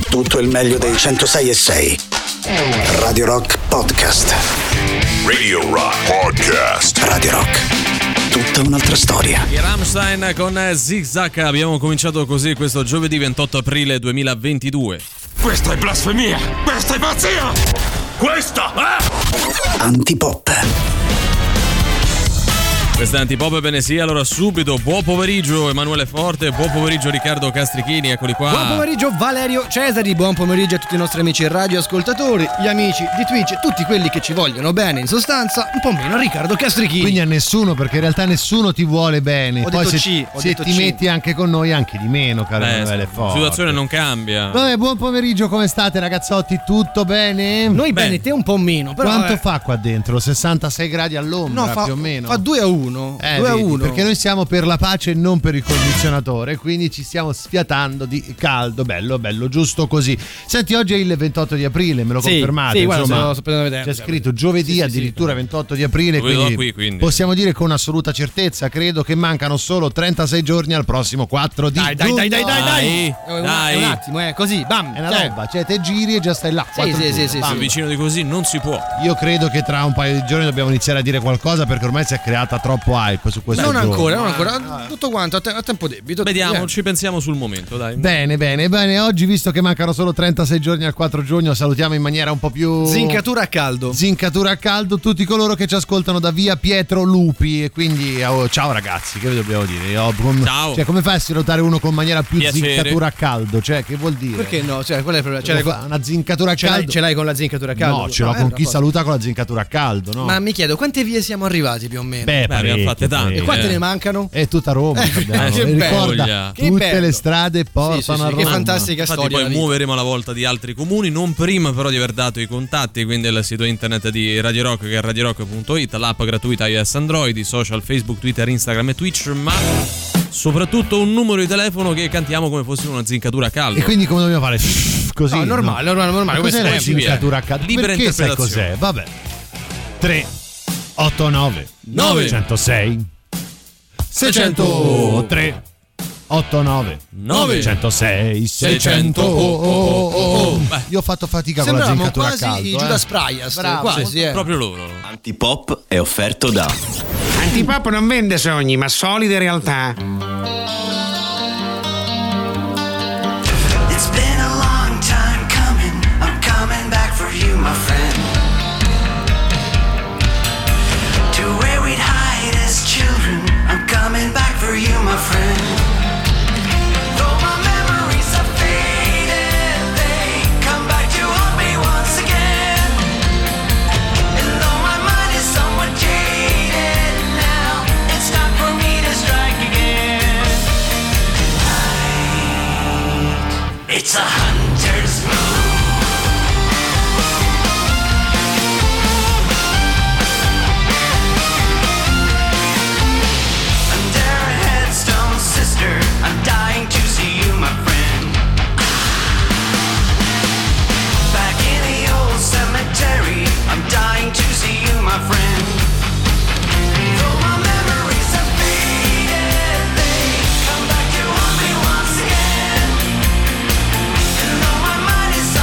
tutto il meglio dei 106.6. Radio Rock Podcast. Radio Rock Podcast. Radio Rock. Tutta un'altra storia. I Rammstein con Zig Zag. Abbiamo cominciato così questo giovedì 28 aprile 2022. Questa è blasfemia! Questa è pazzia! Questa è... Antipop. Questa è Antipop, ebbene sì, allora subito, buon pomeriggio Emanuele Forte, buon pomeriggio Riccardo Castrichini, eccoli qua. Buon pomeriggio Valerio Cesari, buon pomeriggio a tutti i nostri amici radioascoltatori, gli amici di Twitch, tutti quelli che ci vogliono bene, in sostanza, un po' meno Riccardo Castrichini. Quindi a nessuno, perché in realtà nessuno ti vuole bene. Ho Poi detto se ti metti anche con noi, anche di meno, caro Emanuele Forte. La situazione non cambia. Vabbè, buon pomeriggio, come state ragazzotti? Tutto bene? Noi bene, te un po' meno, però quanto fa qua dentro? 66 gradi all'ombra, no, più o meno? Fa 2-1. 2-1. Perché noi siamo per la pace e non per il condizionatore, quindi ci stiamo sfiatando di caldo, bello, giusto così. Senti, oggi è il 28 di aprile, me lo confermate? Sì, insomma, guarda, c'è scritto giovedì, addirittura 28 di aprile, quindi possiamo dire con assoluta certezza, credo che mancano solo 36 giorni al prossimo 4 di giugno. Dai. Un attimo, così, bam. È una roba, cioè te giri e già stai là. Sì. Vicino di così non si può. Io credo che tra un paio di giorni dobbiamo iniziare a dire qualcosa, perché ormai si è creata troppo hype su questo. Non ancora, tutto quanto a tempo debito. Vediamo, ci pensiamo sul momento, dai. Bene, oggi visto che mancano solo 36 giorni al 4 giugno, salutiamo in maniera un po' più zincatura a caldo tutti coloro che ci ascoltano da via Pietro Lupi, e quindi ciao ragazzi, che vi dobbiamo dire? Ciao. Cioè, come fai a salutare uno con maniera più Piacere. zincatura a caldo? Cioè, che vuol dire? Perché no? Cioè, qual è il problema? Una zincatura a caldo? Ce l'hai con la zincatura a caldo? No, ce l'ho con chi saluta con la zincatura a caldo, no? Ma mi chiedo, quante vie siamo arrivati più o meno? Beh, abbiamo fatte tante. E quante ne mancano? È tutta Roma, che ricorda, bello. tutte le strade portano a Roma. Che fantastica Infatti storia. poi muoveremo la volta di altri comuni, non prima però di aver dato i contatti, quindi il sito internet di Radio Rock, che è radiorock.it, l'app gratuita iOS Android, i social Facebook, Twitter, Instagram e Twitch, ma soprattutto un numero di telefono che cantiamo come fosse una zincatura a caldo. E quindi come dobbiamo fare? Così? No, normale. Cos'è la zincatura a caldo? Libera Perché sai interpretazione. cos'è? Vabbè. 3 89 906 603 89 906 600. Io ho fatto fatica con la zincatura a caldo. Sembravamo quasi i Judas Priest. Quasi, Proprio loro. Antipop è offerto da Antipop non vende sogni, ma solide realtà. It's been a long time coming. I'm coming back for you, my friend. To where we'd hide as children. I'm coming back for you, my friend. Though my memories are faded, they come back to haunt me once again. And though my mind is somewhat jaded now, it's time for me to strike again. It's a hunter's moon. Under a headstone, sister, I'm dying to see you, my friend. Back in the old cemetery, I'm dying to see you, my friend. Though my memories are faded, they come back to haunt me once again. And though my mind is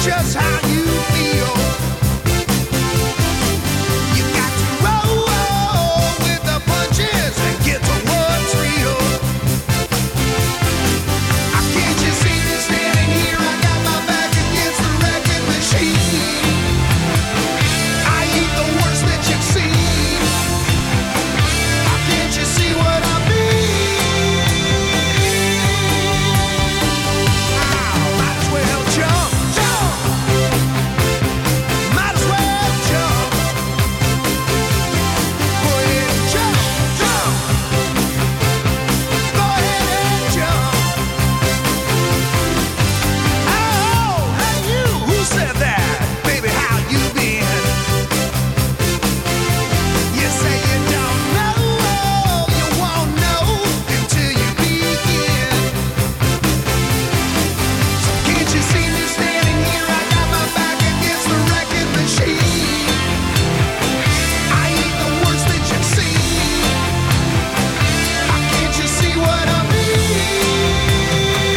just how you feel. You got to roll with the punches and get to what's real. Can't you see me standing here? I got my back against the wrecking machine. I ain't the worst that you've seen. Can't you see what I mean? Might as well jump, jump. Might as well jump. Go ahead and jump, jump. Go ahead and jump. Oh, hey you, who said that? Baby, how you been? You say you don't know, you won't know until you begin. So can't you see me standing here? I got my back against the wrecking machine. I ain't the worst that you've seen. Can't you see what I mean?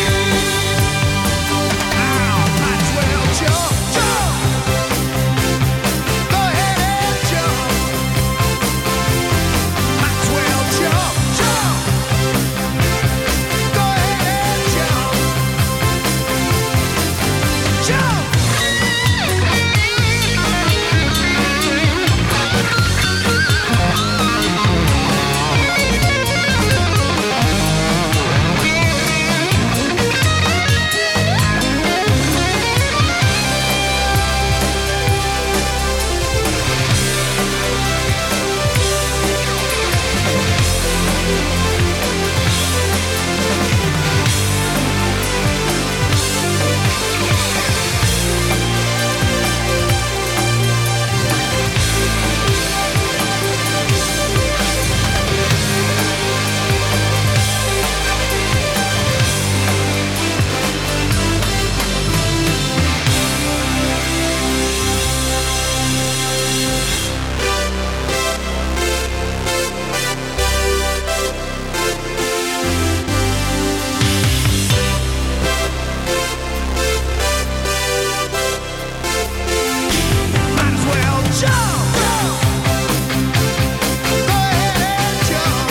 Might as well jump, jump. Go ahead and jump. Might as well jump, jump. Go ahead and jump. Jump. Might as well jump. Go ahead and jump.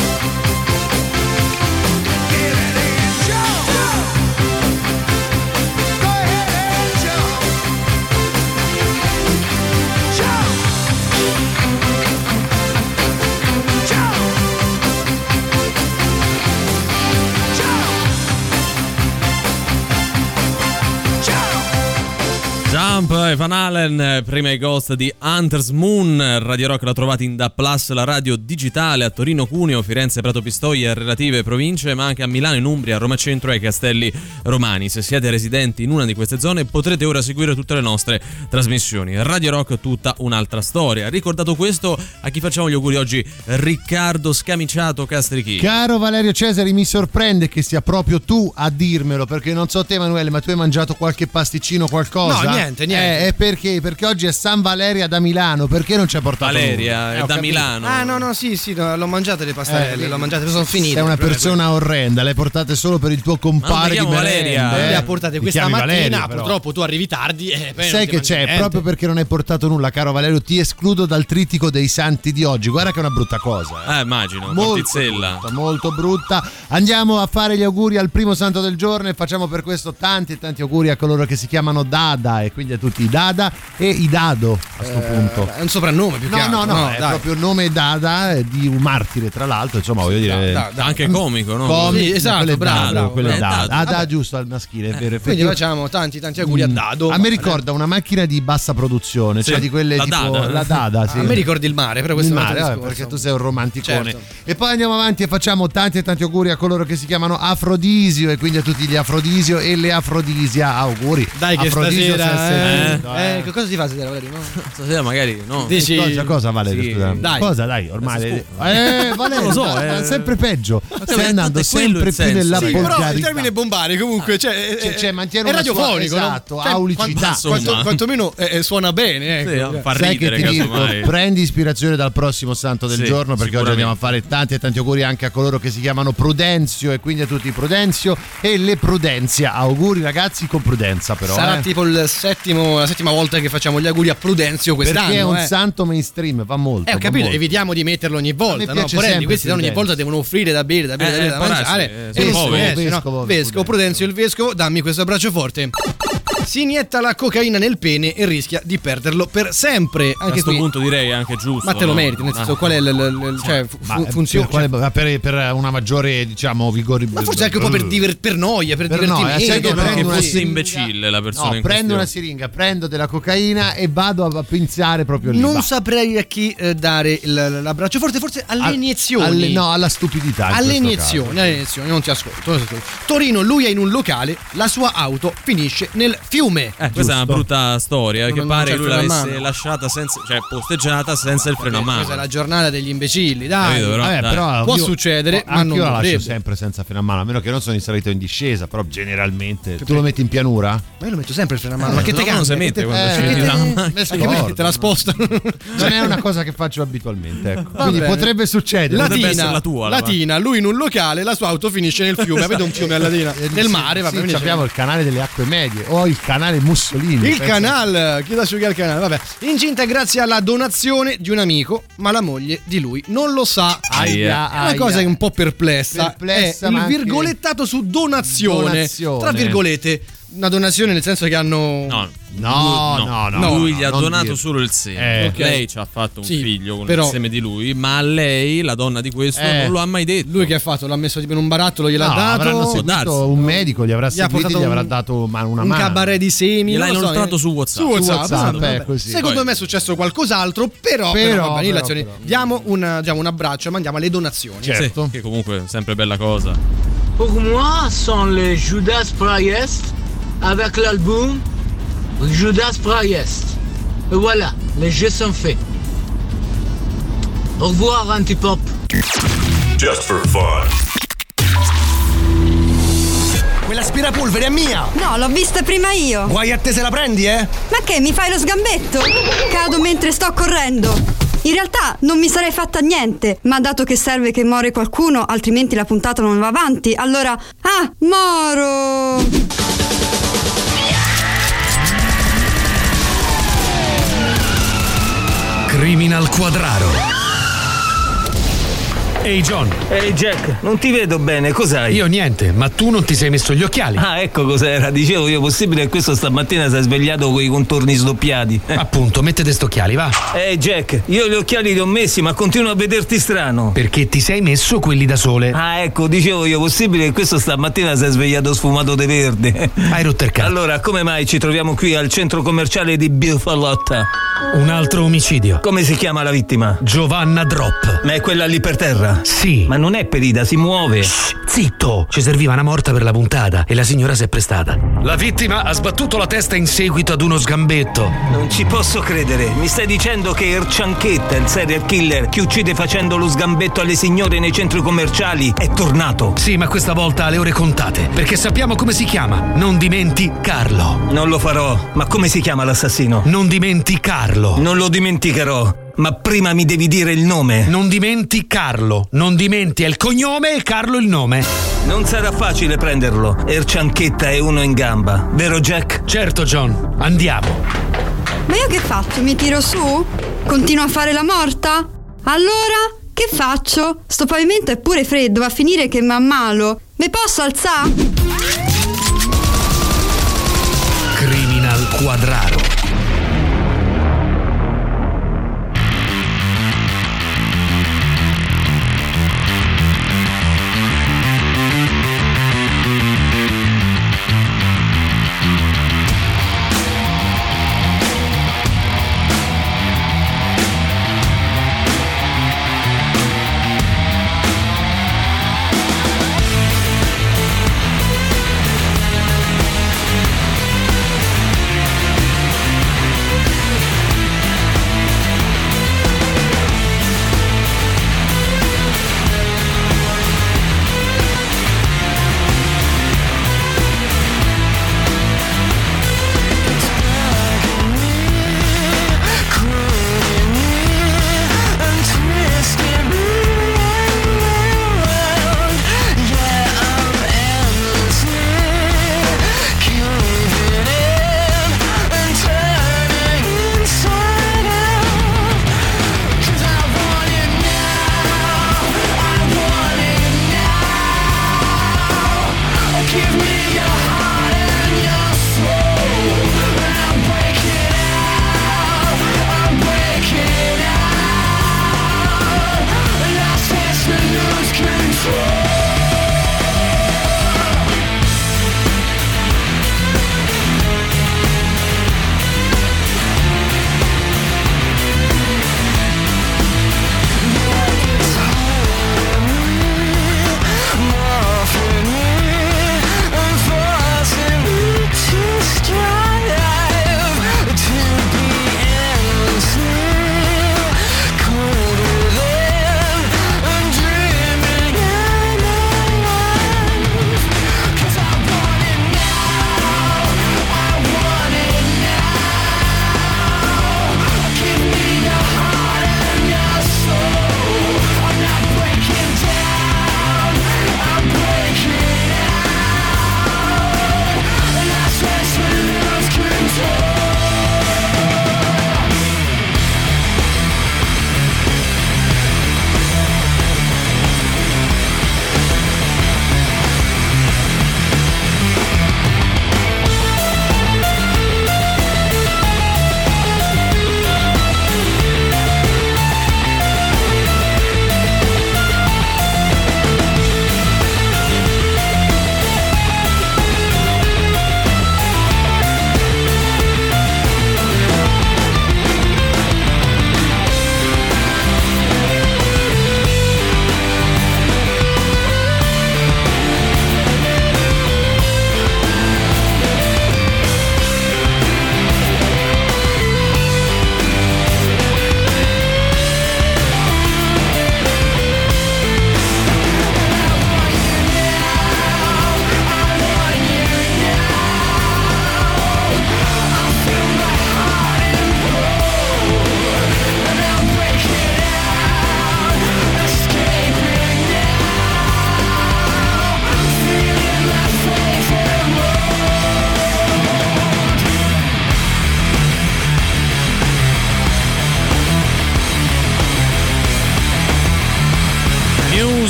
Get it and jump. Go ahead and jump. Jump. Jump. Jump. Jump. Jump e Van Halen, prima i Ghost di Hunter's Moon. Radio Rock la trovate in DAB+, la radio digitale a Torino, Cuneo, Firenze, Prato Pistoia e relative province, ma anche a Milano, in Umbria, Roma Centro e ai Castelli Romani. Se siete residenti in una di queste zone potrete ora seguire tutte le nostre trasmissioni. Radio Rock, tutta un'altra storia. Ricordato questo, a chi facciamo gli auguri oggi? Riccardo Scamiciato Castrichi. Caro Valerio Cesari, mi sorprende che sia proprio tu a dirmelo, perché non so te Emanuele, ma tu hai mangiato qualche pasticcino, qualcosa? No, niente. Perché? Perché oggi è San Valeria da Milano, perché non ci hai portato Valeria è da Milano. Ah no, sì, l'ho mangiate le pastarelle, l'ho mangiate, sono finite. Sei una persona orrenda, le hai portate solo per il tuo compare di Valeria. Le ha portate questa mattina, Valeria, purtroppo tu arrivi tardi. Sai che c'è, proprio perché non hai portato nulla, caro Valerio, ti escludo dal trittico dei santi di oggi. Guarda che è una brutta cosa. Immagino, molto brutta. Andiamo a fare gli auguri al primo santo del giorno e facciamo per questo tanti auguri a coloro che si chiamano Dada, e quindi a tutti i Dada e i Dado a sto punto. È un soprannome più che altro. No, è proprio il nome Dada di un martire, tra l'altro, insomma, voglio dire, anche comico, no? Comico, sì, esatto, bravo. Dada, giusto, al maschile, è vero. Quindi facciamo tanti auguri a Dado. A me ricorda una macchina di bassa produzione, cioè di quelle la tipo Dada. La Dada, sì. A me ricordi il mare, però questo il è un mare, altro discorso. perché tu sei un romanticone. Certo. E poi andiamo avanti e facciamo tanti auguri a coloro che si chiamano Afrodisio, e quindi a tutti gli Afrodisio e le Afrodisia, auguri. Dai che Afrodisio stasera stasera. Cosa si fa stasera, Valerio? No? Stasera magari no. Dici... Cosa Valerio? Sì. Scusa. Dai. Cosa dai? Ormai Valerio, non lo so, sempre peggio. Stai andando è quello sempre il più senso. nella Sì, volgarità. però il termine bombare comunque mantiene è una radiofonico, sua, no? esatto, aulicità. Quantomeno suona bene, ecco. Fa Sai che ridere, ti dico, casomai. prendi ispirazione dal prossimo santo del giorno, perché oggi andiamo a fare tanti e tanti auguri anche a coloro che si chiamano Prudenzio, e quindi a tutti i Prudenzio e le Prudenzia. Auguri ragazzi, con prudenza però. Sarà tipo la settima volta che facciamo gli auguri a Prudenzio quest'anno. Perché è un santo mainstream, va molto. Ho capito, molto. evitiamo di metterlo ogni volta, no? Porendi, questi ogni volta devono offrire da bere, da mangiare. Vescovo Prudenzio, il vescovo, dammi questo abbraccio forte. Si inietta la cocaina nel pene e rischia di perderlo per sempre. Anche a questo qui, punto direi anche giusto. ma te lo meriti, nel senso, qual è funzione? Per una maggiore, diciamo, vigore. Ma forse anche un po' per noia, per divertimento. sai che Che una fosse siringa, imbecille la persona in prendo questione. una siringa, prendo della cocaina e vado a pinzare proprio lì. Non saprei a chi dare l'abbraccio forte, forse alle iniezioni. alla stupidità. Alle iniezioni, non ti ascolto. Torino, lui è in un locale, la sua auto finisce nel fiume. Questa è una brutta storia, che Non pare c'è che il lui freno a l'avesse mano. lasciata posteggiata senza il freno a mano. Questa è la giornata degli imbecilli, dai. Capito, Però Può succedere, ma non io la lascio dovrebbe. sempre senza freno a mano, a meno che non sono in salita o in discesa, però generalmente tu lo metti in pianura? Ma io lo metto sempre il freno a mano. Ma che te non si cambia? mette quando Che scendi te- la macchina. Anche perché te la spostano. Non è una cosa che faccio abitualmente, ecco. Quindi potrebbe succedere. Potrebbe essere la tua, Latina, lui in un locale, la sua auto finisce nel fiume. Avete un fiume a Latina? Nel mare, vabbè. Sì, finisce- abbiamo il canale delle acque medie o il canale Mussolini. Il canale, chi da asciugare il canale? Vabbè. Incinta grazie alla donazione di un amico, ma la moglie di lui non lo sa. Aia, È una cosa che è un po' perplessa. Perplessa, è ma il anche- virgolettato su donazione. Tra virgolette, una donazione nel senso che hanno. No. Lui gli ha non donato dire. solo il seme. Ok. Lei ci ha fatto un Sì, figlio con però- il seme di lui, ma a lei, la donna di questo, non lo ha mai detto. Lui che ha fatto? L'ha messo tipo in un barattolo, gliel'ha No, avranno dato. seguito darsi. un medico, gli avrà Gli ha seguito e portato gli avrà un- dato una un mano. cabaret di semi. Gliel'ha non lo so, inoltrato su WhatsApp. Su WhatsApp, WhatsApp, vabbè. così. Secondo Poi- me è successo qualcos'altro, però va bene, l'azione. Diamo un abbraccio e mandiamo alle donazioni. Certo. Sì, che comunque è sempre bella cosa. Pour moi, sont les Judas Priest avec l'album Judas Priest. Et voilà, les jeux sont faits. Au revoir, Antipop. Just for fun. Quell'aspirapolvere è mia! No, l'ho vista prima io. Guai a te se la prendi, eh? Ma che, mi fai lo sgambetto? Cado mentre sto correndo. In realtà non mi sarei fatta niente, ma dato che serve che muore qualcuno, altrimenti la puntata non va avanti, allora... Ah, moro! Criminal Quadraro. Ehi John. Ehi Jack, non ti vedo bene, cos'hai? Io niente, ma tu non ti sei messo gli occhiali. Ah, ecco cos'era. Dicevo io, possibile che questo stamattina si è svegliato con i contorni sdoppiati. Appunto, mettete sto occhiali, va. Ehi Jack, io gli occhiali li ho messi, ma continuo a vederti strano. Perché ti sei messo quelli da sole. Ah, ecco, dicevo io, possibile che questo stamattina si è svegliato sfumato di verde. Hai rotto il cazzo. Allora, come mai ci troviamo qui al centro commerciale di Biofalotta? Un altro omicidio. Come si chiama la vittima? Giovanna Drop. Ma è quella lì per terra? Sì. Ma non è ferita, si muove. Shh, zitto! Ci serviva una morta per la puntata e la signora si è prestata. La vittima ha sbattuto la testa in seguito ad uno sgambetto. Non ci posso credere. Mi stai dicendo che Ercianchetta, il serial killer che uccide facendo lo sgambetto alle signore nei centri commerciali, è tornato? Sì, ma questa volta ha le ore contate, perché sappiamo come si chiama. Non dimenticarlo. Non lo farò. Ma come si chiama l'assassino? Non dimenticarlo. Non lo dimenticherò. Ma prima mi devi dire il nome. Non dimenti Carlo. Non dimenti è il cognome e Carlo il nome. Non sarà facile prenderlo. Ercianchetta è uno in gamba. Vero Jack? Certo John, andiamo. Ma io che faccio? Mi tiro su? Continuo a fare la morta? Allora, che faccio? Sto pavimento è pure freddo, va a finire che mi ammalo. Me posso alzare? Criminal Quadraro.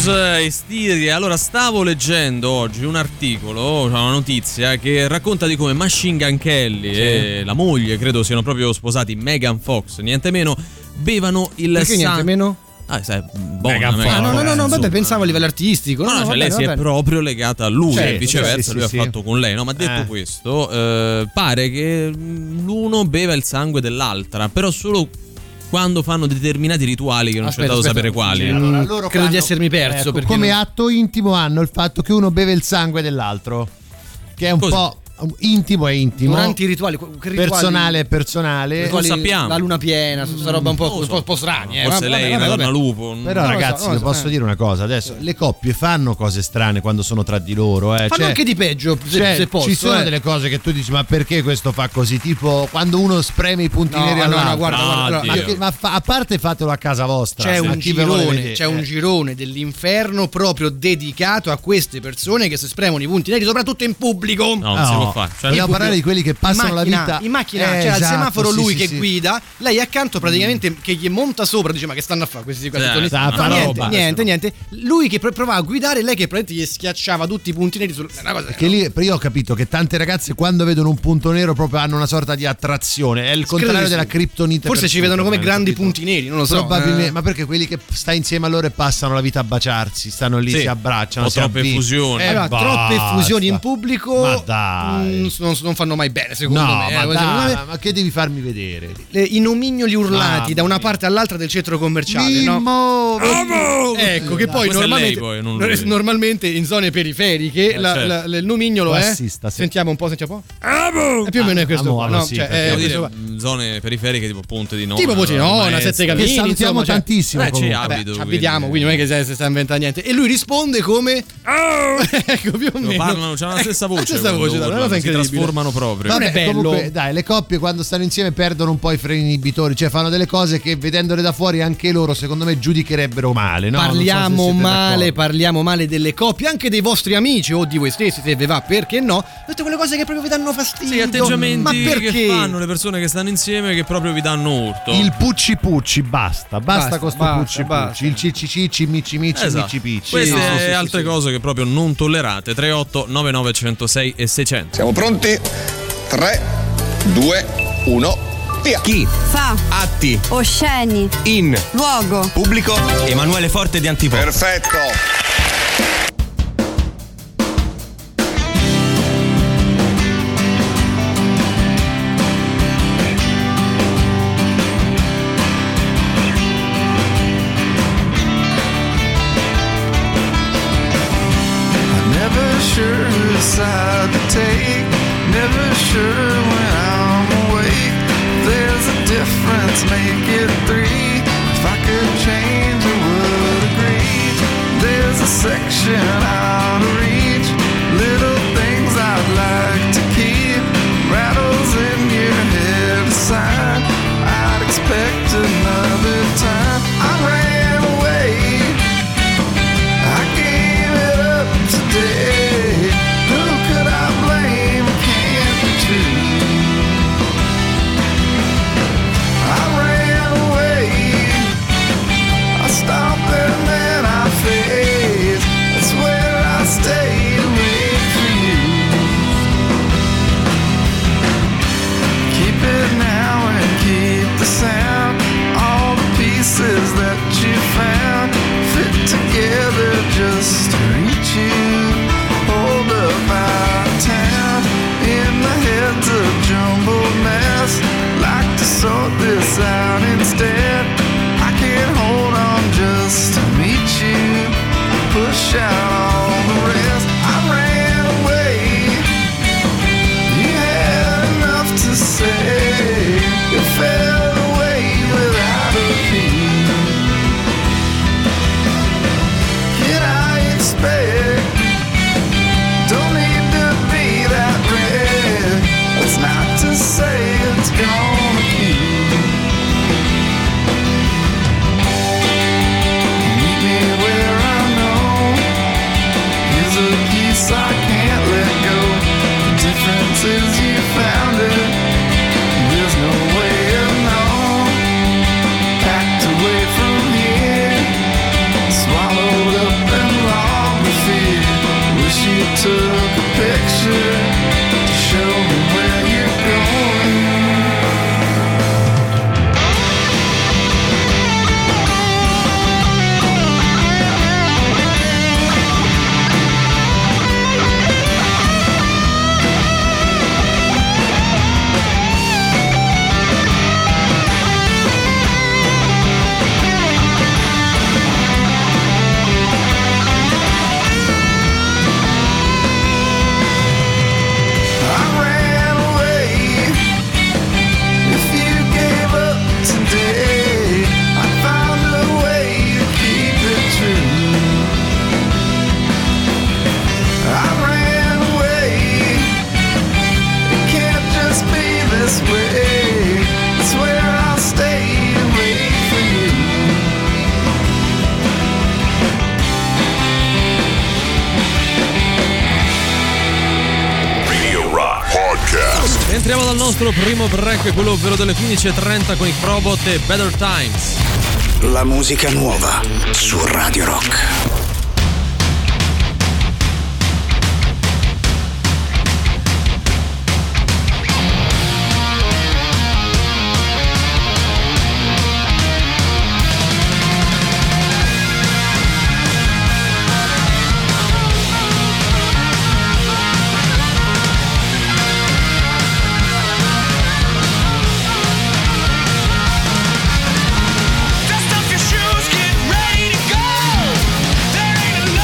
news estirie. Allora, stavo leggendo oggi un articolo, una notizia che racconta di come Machine Gun Kelly e la moglie, credo siano proprio sposati, Megan Fox, niente meno, bevano il Perché niente meno? Sai, buona, no, vabbè, pensavo a livello artistico. No, cioè lei si è proprio legata a lui, e viceversa lui ha fatto con lei, no? Ma detto questo, pare che l'uno beva il sangue dell'altra, però solo quando fanno determinati rituali che non c'è dato sapere quali. Allora, loro credo di essermi perso. Ecco, come atto intimo hanno il fatto che uno beve il sangue dell'altro, che è un po' intimo è intimo, durante i rituali personale è personale, lo sappiamo, la luna piena, questa roba un po' strana, forse lei era una lupo. Però ragazzi, posso dire una cosa, adesso le coppie fanno cose strane quando sono tra di loro, fanno anche di peggio, se posso, ci sono delle cose che tu dici ma perché questo fa così, tipo quando uno spreme i punti neri all'altro. Guarda, ma a parte fatelo a casa vostra, c'è un girone dell'inferno proprio dedicato a queste persone che si spremono i punti neri soprattutto in pubblico. Non si può fare. Vogliamo parlare di quelli che passano la vita in macchina, c'è al semaforo lui che guida, lei accanto praticamente che gli monta sopra, dice ma che stanno a fare questi niente, lui che provava a guidare, lei che praticamente gli schiacciava tutti i punti neri una cosa perché lì io ho capito che tante ragazze quando vedono un punto nero proprio hanno una sorta di attrazione, è il contrario della criptonite, forse ci vedono come grandi punti neri, non lo so, probabilmente, ma perché quelli che sta insieme a loro e passano la vita a baciarsi, stanno lì, si abbracciano, troppe effusioni, troppe effusioni in pubblico, ma dai, non fanno mai bene secondo me. Ma che devi farmi vedere? I nomignoli urlati da una parte all'altra del centro commerciale, no? Ecco che poi normalmente in zone periferiche il nomignolo è sentiamo un po'. È più o meno questo qua, no? Zone periferiche tipo Ponte di Nona, tipo Ponte di Nona, Sette Galini, che salutiamo tantissimo, ci abito, abitiamo, quindi non è che si sta inventando niente. E lui risponde come ecco, più o meno parlano, c'hanno la stessa voce, si trasformano proprio. Vabbè, comunque dai, le coppie quando stanno insieme perdono un po' i freni inibitori, cioè fanno delle cose che vedendole da fuori anche loro secondo me giudicherebbero male, no? Parliamo male delle coppie, anche dei vostri amici o di voi stessi, se vi va, perché no? Tutte quelle cose che proprio vi danno fastidio. Sì, atteggiamenti che fanno le persone che stanno insieme che proprio vi danno urto. Il pucci pucci, basta con sto pucci pucci, il cicci cicci, micci micci, micci picci. Queste e altre cose che proprio non tollerate. 38 99 106 e 600. Siamo pronti? 3, 2, 1, via. Chi? Fa. Atti. Osceni. In. Luogo. Pubblico. Emanuele Forte di Antipò. Perfetto. Side to take, never sure when I'm awake. There's a difference, make it 3. If I could change, I would agree. There's a section out of reach, little things I'd like to keep. Rattles in your head aside, I'd expect another time. I ran away, I gave it up today. I ran away. Entriamo dal nostro primo break, quello ovvero delle 15:30 con i Robot e Better Times. La musica nuova su Radio Rock. Dust off your shoes, get ready to go. There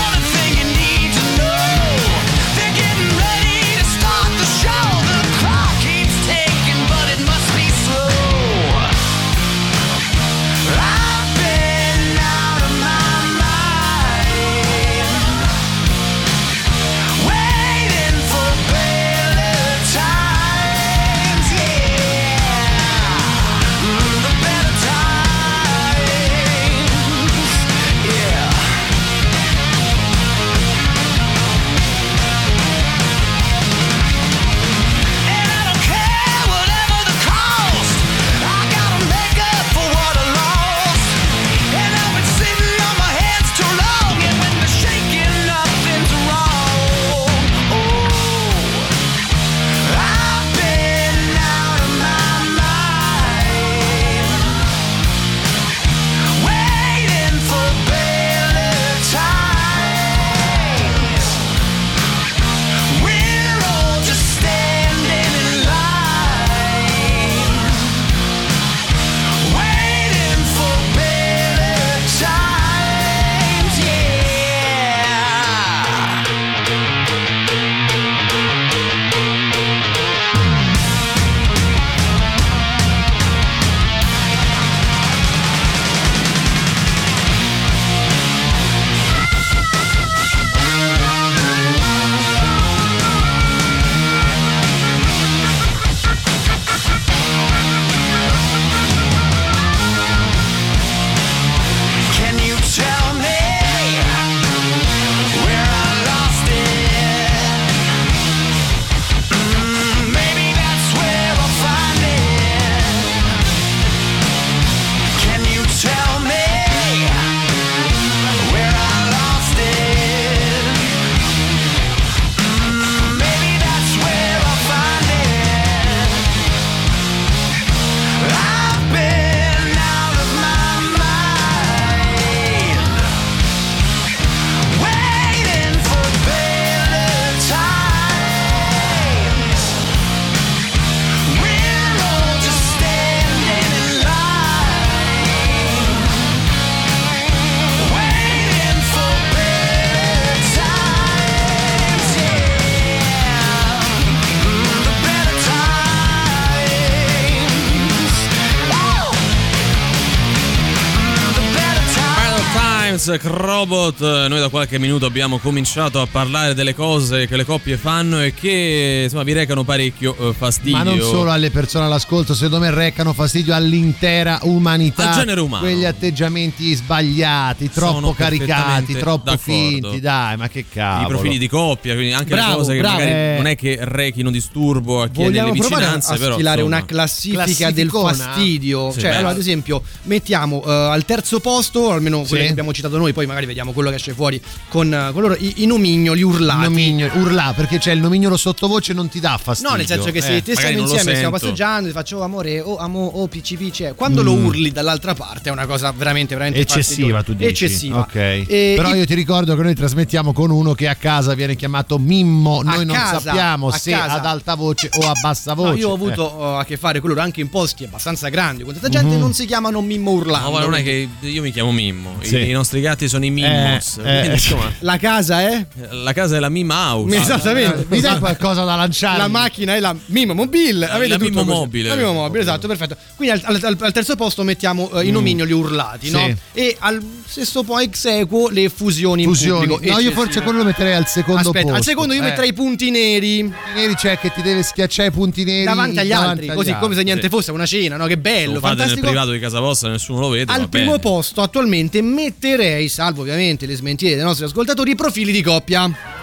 Robot. Noi da qualche minuto abbiamo cominciato a parlare delle cose che le coppie fanno e che insomma vi recano parecchio fastidio. Ma non solo alle persone all'ascolto, secondo me recano fastidio all'intera umanità. Al genere umano. Quegli atteggiamenti sbagliati, troppo caricati, troppo finti. Dai, ma che cavolo. I profili di coppia, quindi anche le cose che magari non è che rechino disturbo a chi è nelle vicinanze. Vogliamo stilare una classifica del fastidio. Sì, cioè, allora, ad esempio, mettiamo al terzo posto, almeno quello che abbiamo citato noi, poi magari vediamo quello che esce fuori con loro, i nomignoli urlati. Perché c'è il nomignolo sottovoce non ti dà fastidio. No, nel senso che se te stiamo insieme, stiamo passeggiando, ti faccio amore, amo, PC. Quando lo urli dall'altra parte è una cosa veramente eccessiva, tu dici. Eccessiva. Ok. Però io ti ricordo che noi trasmettiamo con uno che a casa viene chiamato Mimmo. Noi non sappiamo se ad alta voce o a bassa voce. No, io ho avuto a che fare con loro anche in posti abbastanza grandi con tanta gente, non si chiamano Mimmo urlando. No, non è che io mi chiamo Mimmo. I nostri gatti sono i Mimmos. Quindi, insomma, la casa è? La casa è la Mimma House. Esattamente. Mi dai qualcosa da lanciare? La macchina è la Mimmo Mobile. Avete la tutto Mimmo Mobile. La Mimmo Mobile, esatto, perfetto. Quindi al terzo posto mettiamo i nomignoli urlati, no? E al sesto poi ex equo le fusioni in pubblico. No, io forse quello lo metterei al secondo posto. Al secondo io metterei i punti neri. I neri, cioè che ti deve schiacciare i punti neri davanti agli altri, così come se niente fosse, una cena, no? Che bello, fantastico. Nel privato di casa vostra nessuno lo vede. Al primo posto attualmente metterei, salvo ovviamente le smentite dei nostri ascoltatori, i profili di coppia.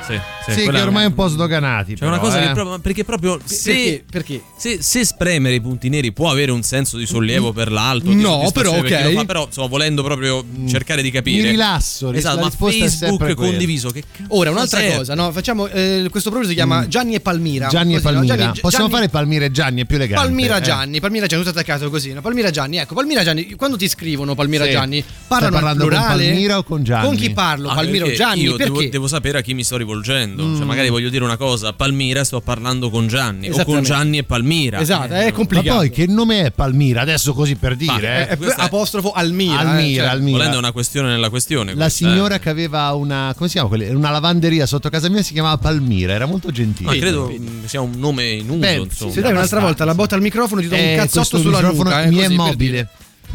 Sì, che ormai è un po' sdoganati. C'è una cosa che proprio, perché proprio perché? Se spremere i punti neri può avere un senso di sollievo per l'alto, no, però ok, però insomma, volendo proprio cercare di capire. Mi rilasso. Esatto, ma Facebook condiviso. Che ora un'altra cosa, no? Facciamo questo proprio si chiama Gianni e Palmira. Gianni e Palmira. No? Possiamo fare Palmira e Gianni, è più elegante. Palmira Gianni, tutto attaccato così. No? Palmira Gianni, ecco, Palmira Gianni, quando ti scrivono Palmira Gianni, parlano al plurale? Con Palmira o con Gianni? Con chi parlo? Palmira o Gianni? Io perché? devo sapere a chi mi sto rivolgendo. Cioè, magari voglio dire una cosa, Palmira, sto parlando con Gianni, o con Gianni e Palmira. Esatto, è complicato. Ma poi che nome è Palmira? Adesso così per dire, apostrofo Almira. Almira. Volendo è una questione nella questione. La signora che aveva una, come si chiama quelle? Una lavanderia sotto casa mia si chiamava Palmira, era molto gentile. Ma credo sia un nome in uso, insomma. Se dai un'altra volta la botta al microfono ti do un cazzotto sulla nuca. Mi è mobile.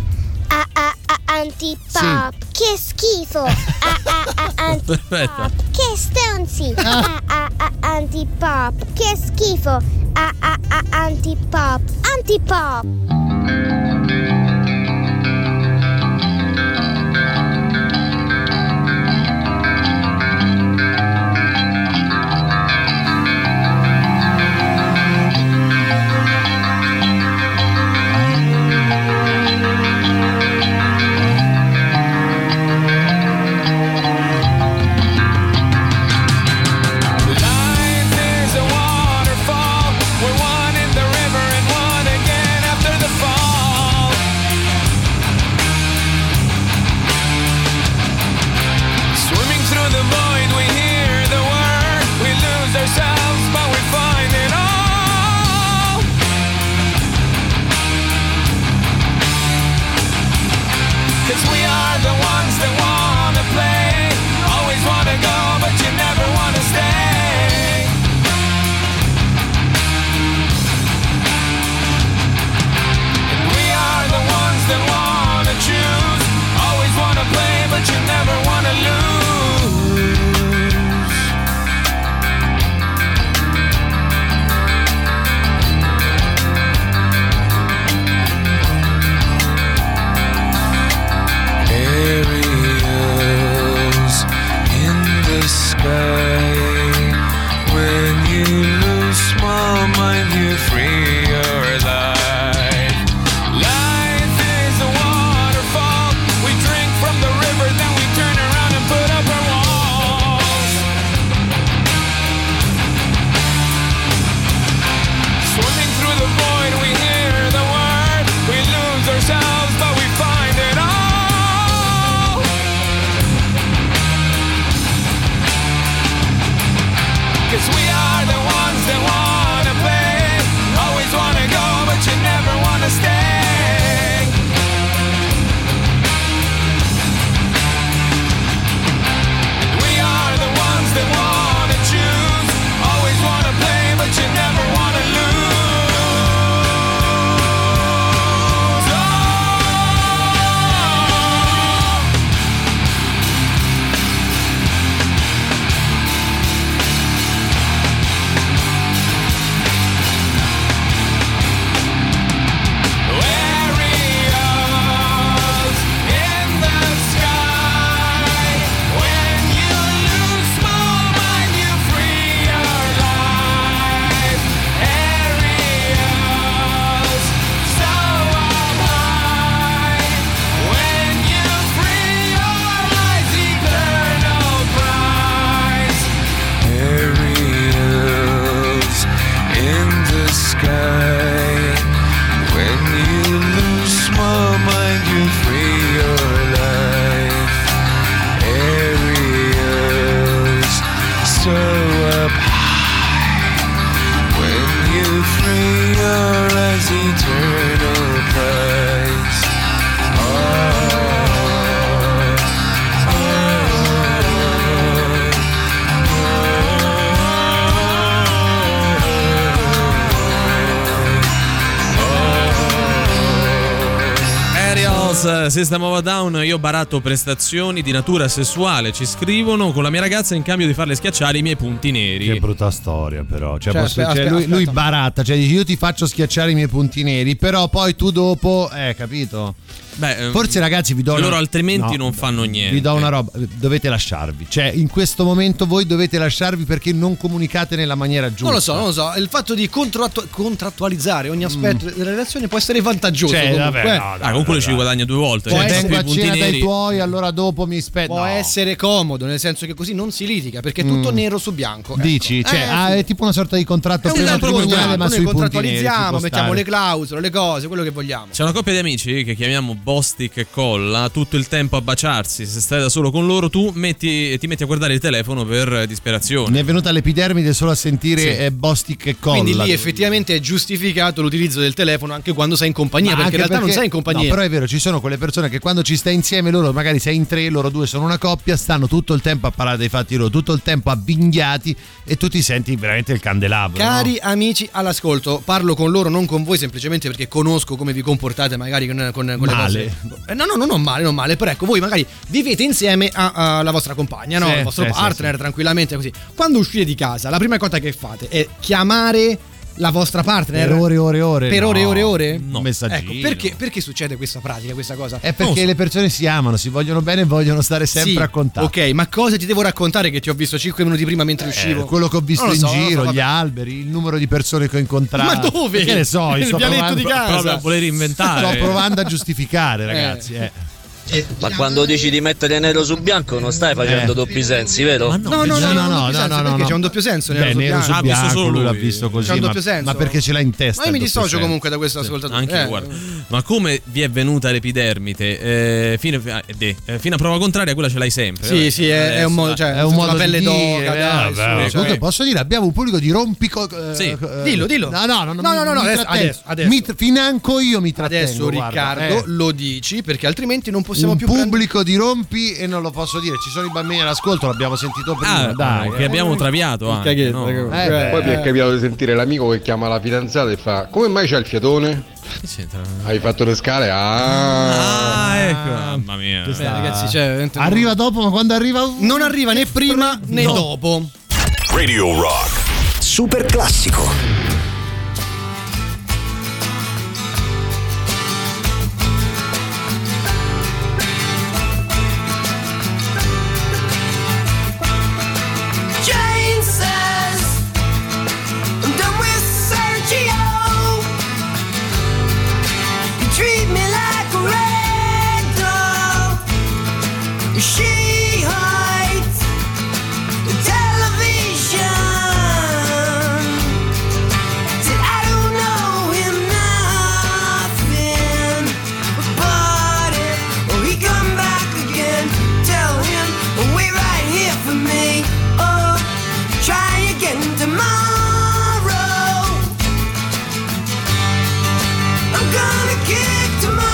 Antipop, che schifo. Antipop, che stronzi. Antipop, che schifo. Antipop, antipop. System of a Down, io baratto prestazioni di natura sessuale, ci scrivono, con la mia ragazza in cambio di farle schiacciare i miei punti neri. Che brutta storia però, lui baratta, cioè dice io ti faccio schiacciare i miei punti neri, però poi tu dopo, capito? Forse ragazzi vi do loro altrimenti non fanno niente. Vi do una roba, dovete lasciarvi. Cioè in questo momento voi dovete lasciarvi perché non comunicate nella maniera giusta. Non lo so. Il fatto di contrattualizzare ogni aspetto della relazione può essere vantaggioso. Comunque ci guadagna 2 volte. Vengo a cena dai tuoi, allora dopo mi aspetto. Può essere comodo, nel senso che così non si litiga, perché è tutto nero su bianco. Dici? Cioè, è tipo una sorta di contratto prematrimoniale, ma sui punti neri. Mettiamo le clausole, le cose, quello che vogliamo. C'è una coppia di amici che chiamiamo Bostic e Colla, tutto il tempo a baciarsi. Se stai da solo con loro, tu ti metti a guardare il telefono per disperazione. Mi è venuta l'epidermide solo a sentire Bostic e Colla. Quindi lì effettivamente è giustificato l'utilizzo del telefono anche quando sei in compagnia, perché in realtà non sei in compagnia. No, però è vero, ci sono quelle persone che quando ci stai insieme, loro magari sei in 3, loro 2 sono una coppia, stanno tutto il tempo a parlare dei fatti loro, tutto il tempo avvinghiati, e tu ti senti veramente il candelabro. Cari amici all'ascolto, parlo con loro, non con voi, semplicemente perché conosco come vi comportate magari con le cose. Non male, però ecco, voi magari vivete insieme alla vostra compagna, no? Il vostro partner, tranquillamente così. Quando uscite di casa, la prima cosa che fate è chiamare la vostra partner per ore. Per ore? No. Un messaggino. Ecco, perché succede questa pratica, questa cosa? È perché le persone si amano, si vogliono bene e vogliono stare sempre a contatto. Ok, ma cosa ti devo raccontare che ti ho visto 5 minuti prima mentre uscivo? Quello che ho visto in giro, gli alberi, il numero di persone che ho incontrato. Ma dove? Che ne so, il pianetto di casa. Proprio a voler inventare. Sto provando a giustificare, ragazzi. Ma quando dici di mettere nero su bianco non stai facendo doppi sensi, vero? No, perché c'è un doppio senso nero su bianco, lui l'ha visto così. C'è un doppio senso. Ma perché ce l'ha in testa? Ma io mi dissocio comunque da questo ascoltatore. Anche guarda. Ma come vi è venuta l'epidermite? Fino a prova contraria, quella ce l'hai sempre. Sì, è un modo, cioè, è un modo la pelle d'oca. Comunque posso dire, abbiamo un pubblico di rompico. Sì, dillo. No, adesso. Financo io mi trattengo. Adesso Riccardo lo dici, perché altrimenti non possiamo più pubblico di rompi, e non lo posso dire, ci sono i bambini all'ascolto, l'abbiamo sentito prima. Dai, che abbiamo traviato anche, no? Poi mi è capitato di sentire l'amico che chiama la fidanzata e fa: come mai c'è il fiatone? Hai fatto le scale? Ecco, mamma mia. Ragazzi, arriva dopo, ma quando arriva non arriva né prima né dopo. Radio Rock Super classico. She hides the television. Said I don't know him nothing but it. Oh, he come back again. Tell him wait right here for me. Oh, try again tomorrow. I'm gonna kick tomorrow.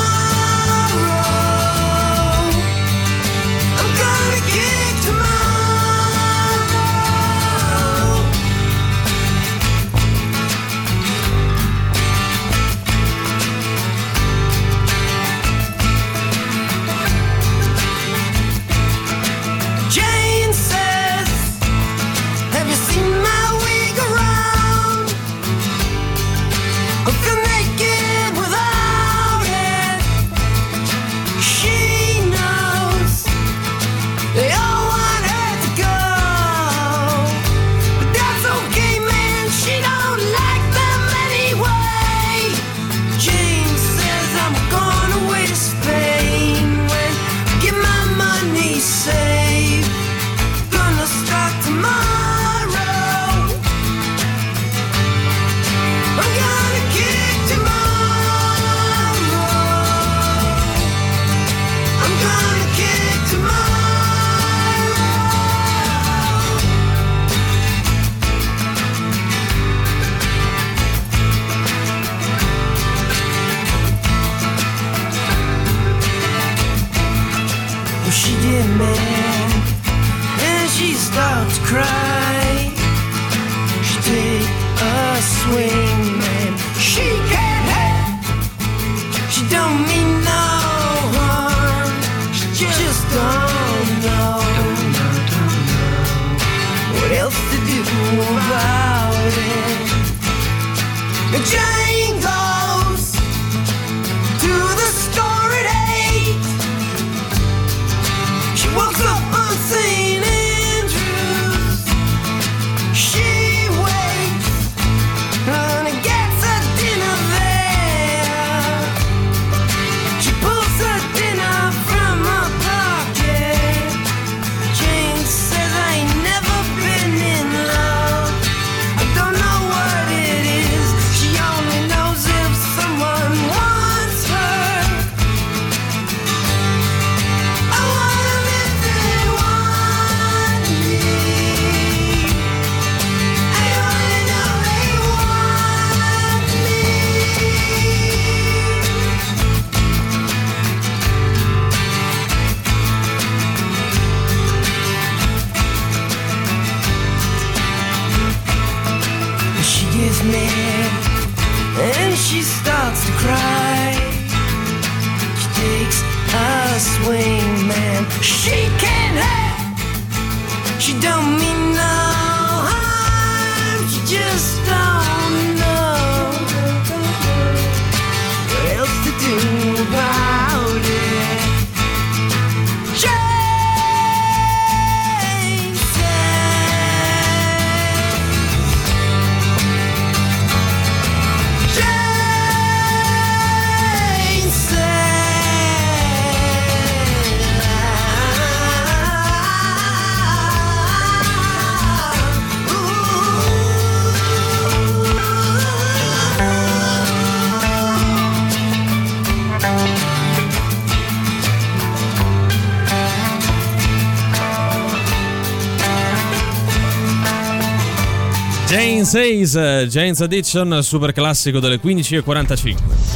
Cry. She take a swing and she can't help. She don't mean no harm. She just don't know what else to do about it. Jane goes to the store starts to cry. She takes a swing, man. She can't help. She don't mean no harm. She just don't know what else to do about it. Jane says, Jane Jane Says, Jane's Addiction, super classico delle 15:45.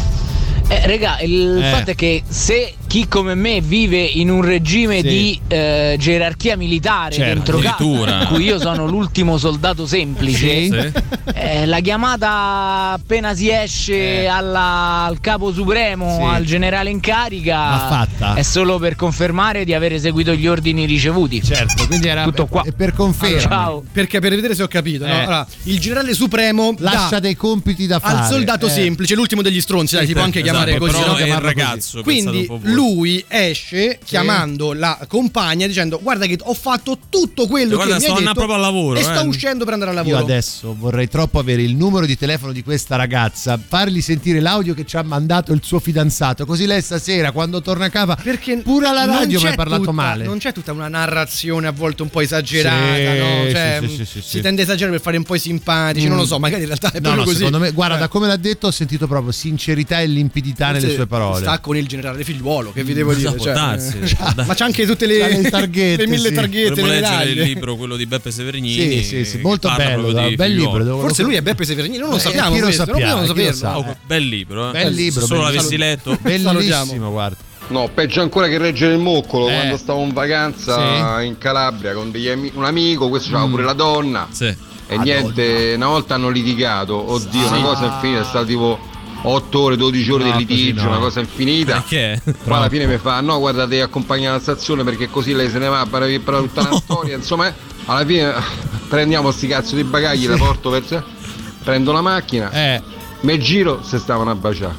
Regà, il fatto è che se chi come me vive in un regime di gerarchia militare dentro casa, in cui io sono l'ultimo soldato semplice, la chiamata appena si esce al capo supremo, al generale in carica, è solo per confermare di aver eseguito gli ordini ricevuti. Certo, quindi era tutto qua. per conferma. Ciao. Perché per vedere se ho capito, no? Allora, il generale supremo lascia dei compiti da fare al soldato semplice, l'ultimo degli stronzi, si può anche chiamare così, però no? è il ragazzo. Quindi lui esce chiamando la compagna dicendo: guarda che ho fatto tutto quello che mi hai detto proprio al lavoro, e sto uscendo per andare al lavoro. Io adesso vorrei troppo avere il numero di telefono di questa ragazza, fargli sentire l'audio che ci ha mandato il suo fidanzato, così lei stasera quando torna a casa, perché pure alla radio mi ha parlato male. Non c'è tutta una narrazione a volte un po' esagerata, no? Cioè, si tende a esagerare per fare un po' i simpatici, non lo so, magari in realtà è proprio così. Secondo me, guarda, da come l'ha detto ho sentito proprio sincerità e limpidità nelle sue parole. Sta con il generale Figliuolo, che vi devo dire, ma c'ha anche tutte le targhette, le 1000 targhette, le leggere il libro, quello di Beppe Severnini. Sì, molto bello, bel libro. Forse lui è Beppe Severnini, non lo sappiamo, non dobbiamo saperlo. Bel libro, bel libro, solo l'avessi letto. Bellissimo, guarda. No, peggio ancora che reggere il moccolo. Quando stavo in vacanza in Calabria con un amico, questo c'aveva pure la donna. E niente, una volta hanno litigato. Oddio, una cosa infinita, è stato tipo 8 ore, 12 ore di litigio, una cosa infinita. Perché? Poi alla fine mi fa: no, guarda, devi accompagnare alla stazione perché così lei se ne va per tutta una storia. Insomma, alla fine prendiamo sti cazzo di bagagli, la porto prendo la macchina. Me giro, se stavano a baciare.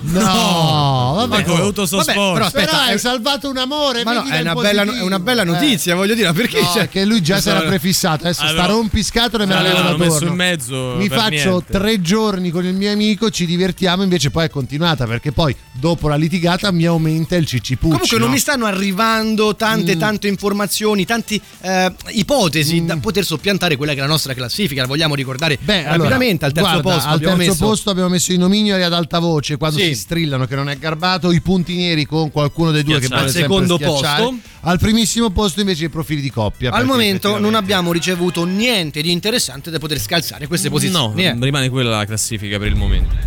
No, vabbè, come autososposto. Però aspetta, hai salvato un amore. Ma no, è una bella notizia, voglio dire, perché che lui già si era prefissato. Adesso sta rompiscatole me la levano messo in mezzo. Mi faccio 3 giorni con il mio amico, ci divertiamo, invece poi è continuata perché poi dopo la litigata mi aumenta il ciccipuccio. Comunque non mi stanno arrivando tante informazioni, tante ipotesi da poter soppiantare quella che è la nostra classifica. La vogliamo ricordare rapidamente. Al terzo posto abbiamo messo i nomignoli ad alta voce quando si strillano, che non è garbato, i punti neri con qualcuno dei due che può al secondo posto. Al primissimo posto invece i profili di coppia. Al momento non abbiamo ricevuto niente di interessante da poter scalzare queste posizioni. No, rimane quella la classifica per il momento.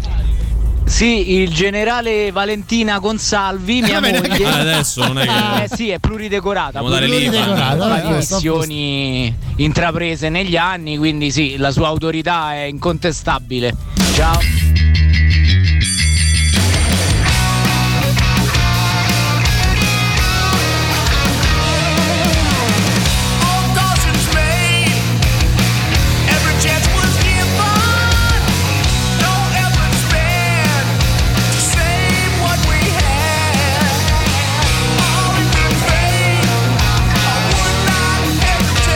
Sì, il generale Valentina Consalvi, mia moglie. Adesso non è che sì, è pluridecorata. Pluridecorata, missioni intraprese negli anni, quindi sì, la sua autorità è incontestabile. Ciao.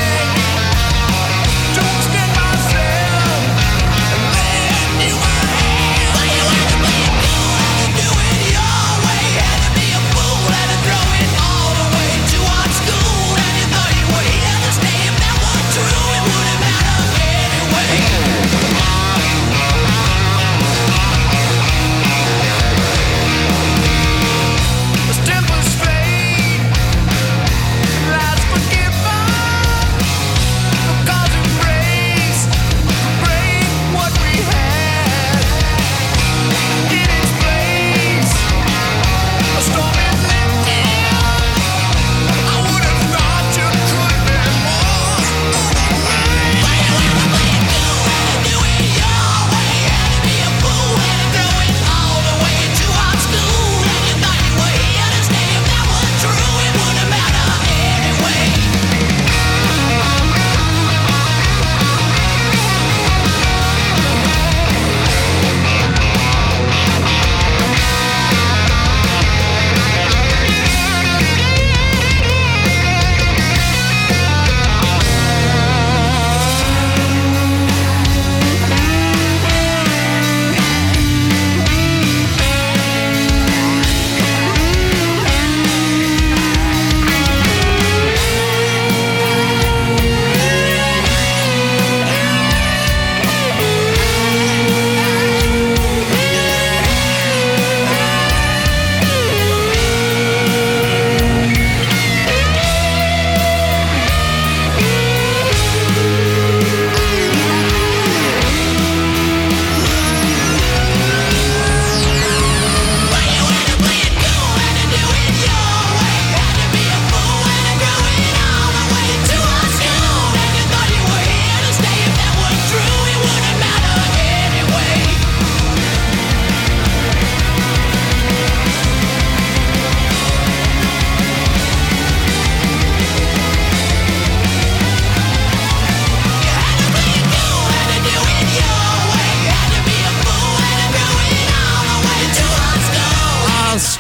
Don't stand myself and let you out.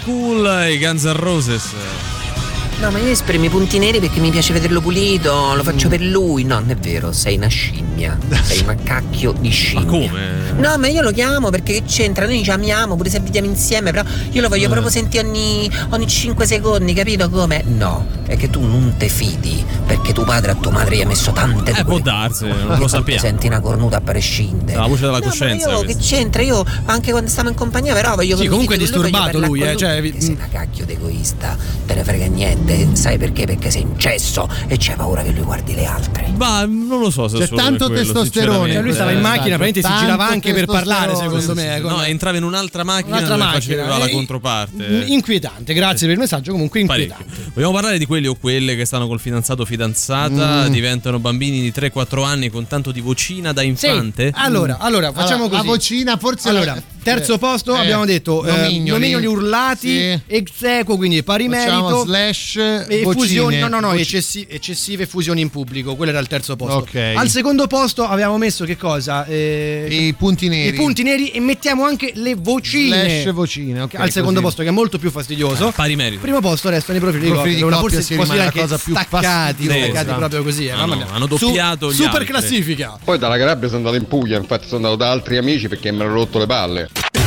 School, i Guns N' Roses. No, ma io esprimo i punti neri perché mi piace vederlo pulito, lo faccio per lui. No, non è vero, sei una scimmia. Sei una cacchio di scimmia. Ma come? No, ma io lo chiamo perché che c'entra? Noi ci amiamo, pure se viviamo insieme, però io lo voglio proprio sentire ogni 5 secondi, capito come? No, è che tu non te fidi, perché tuo padre a tua madre gli ha messo tante può darsi, non lo sappiamo. Senti una cornuta a prescindere. La voce della coscienza. Ma io che c'entra? Io anche quando stiamo in compagnia, però voglio che comunque è disturbato lui, cioè sei una cacchio d'egoista, te ne frega niente. Sai perché? Perché sei un cesso e c'hai paura che lui guardi le altre. Ma non lo so se c'è tanto testosterone. Lui stava in macchina, praticamente si girava anche per parlare, secondo me. No, entrava in un'altra macchina e faceva la controparte. Inquietante, grazie per il messaggio, comunque inquietante. Vogliamo parlare di quelli o quelle che stanno col fidanzato o fidanzata, diventano bambini di 3-4 anni con tanto di vocina da infante? Sì. Allora, facciamo così. La vocina forse terzo posto abbiamo detto nomignoli urlati, ex equo, quindi pari merito, slash e fusioni, eccessive fusioni in pubblico, quello era il terzo posto. Okay. Al secondo posto abbiamo messo che cosa? I punti neri e mettiamo anche le vocine. Slash vocine, ok. Al secondo posto, che è molto più fastidioso. Pari merito. Primo posto restano i profili di coppia, forse posso dire anche staccati proprio così. Hanno doppiato gli super altri. classifica. Poi dalla Calabria sono andato in Puglia, infatti sono andato da altri amici perché mi hanno rotto le palle.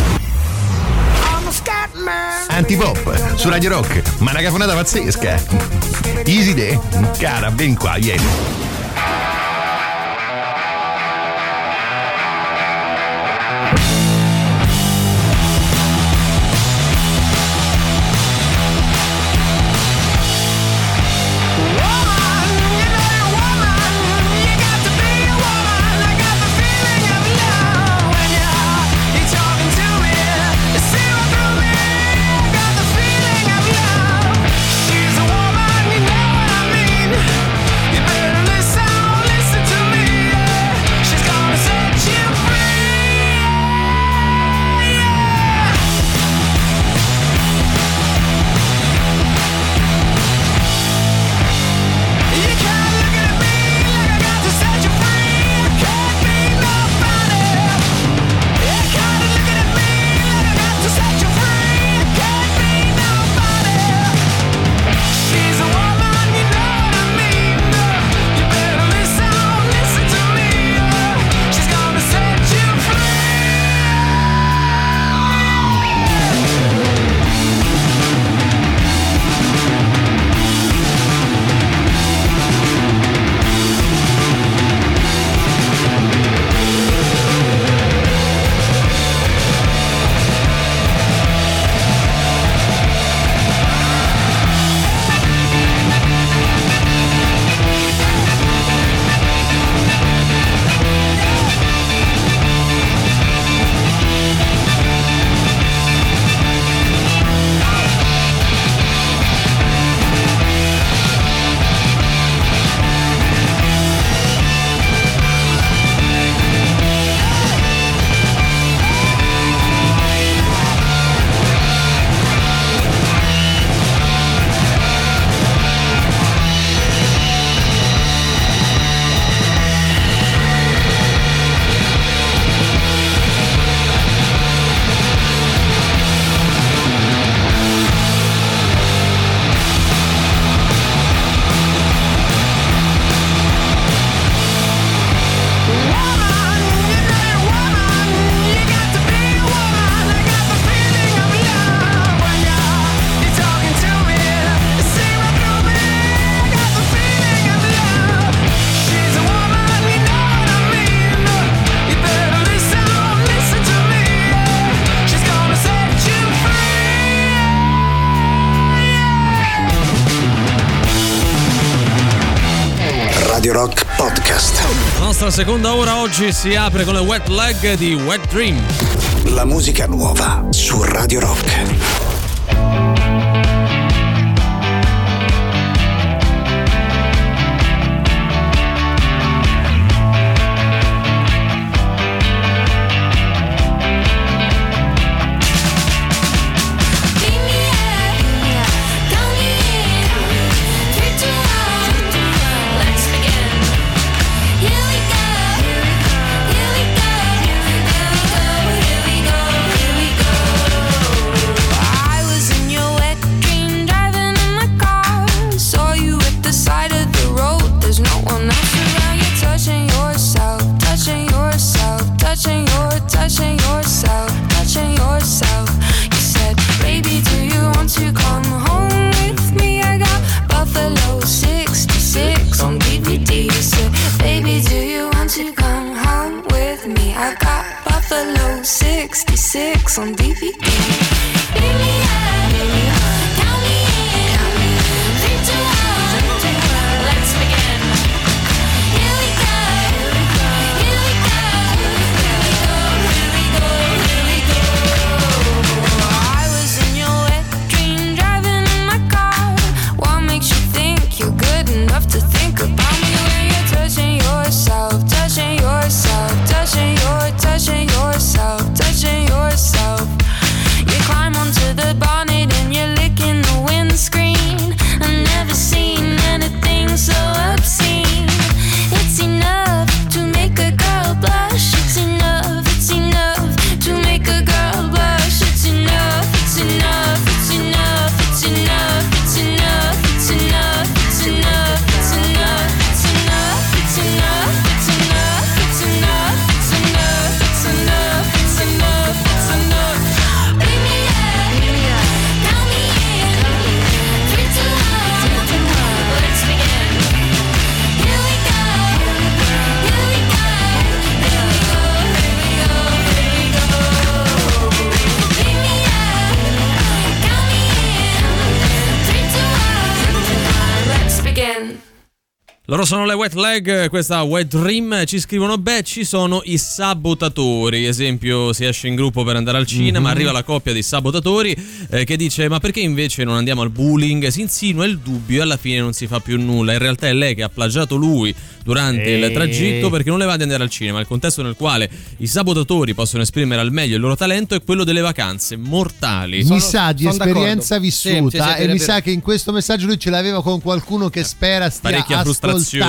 Antipop su Radio Rock, ma una cafonata pazzesca. Easy Day, cara, ben qua, vieni. She's a woman, you know what I mean. Radio Rock Podcast. La nostra seconda ora oggi si apre con le Wet Leg di Wet Dream. La musica nuova su Radio Rock. Loro sono le Wet Leg, questa Wet Dream. Ci scrivono: beh, ci sono i sabotatori. Esempio, si esce in gruppo per andare al cinema, arriva la coppia di sabotatori che dice: ma perché invece non andiamo al bowling? Si insinua il dubbio e alla fine non si fa più nulla. In realtà è lei che ha plagiato lui durante il tragitto, perché non le va di andare al cinema. Il contesto nel quale i sabotatori possono esprimere al meglio il loro talento è quello delle vacanze mortali. Mi sa di esperienza vissuta, e mi sa che in questo messaggio lui ce l'aveva con qualcuno che spera stia ascoltando.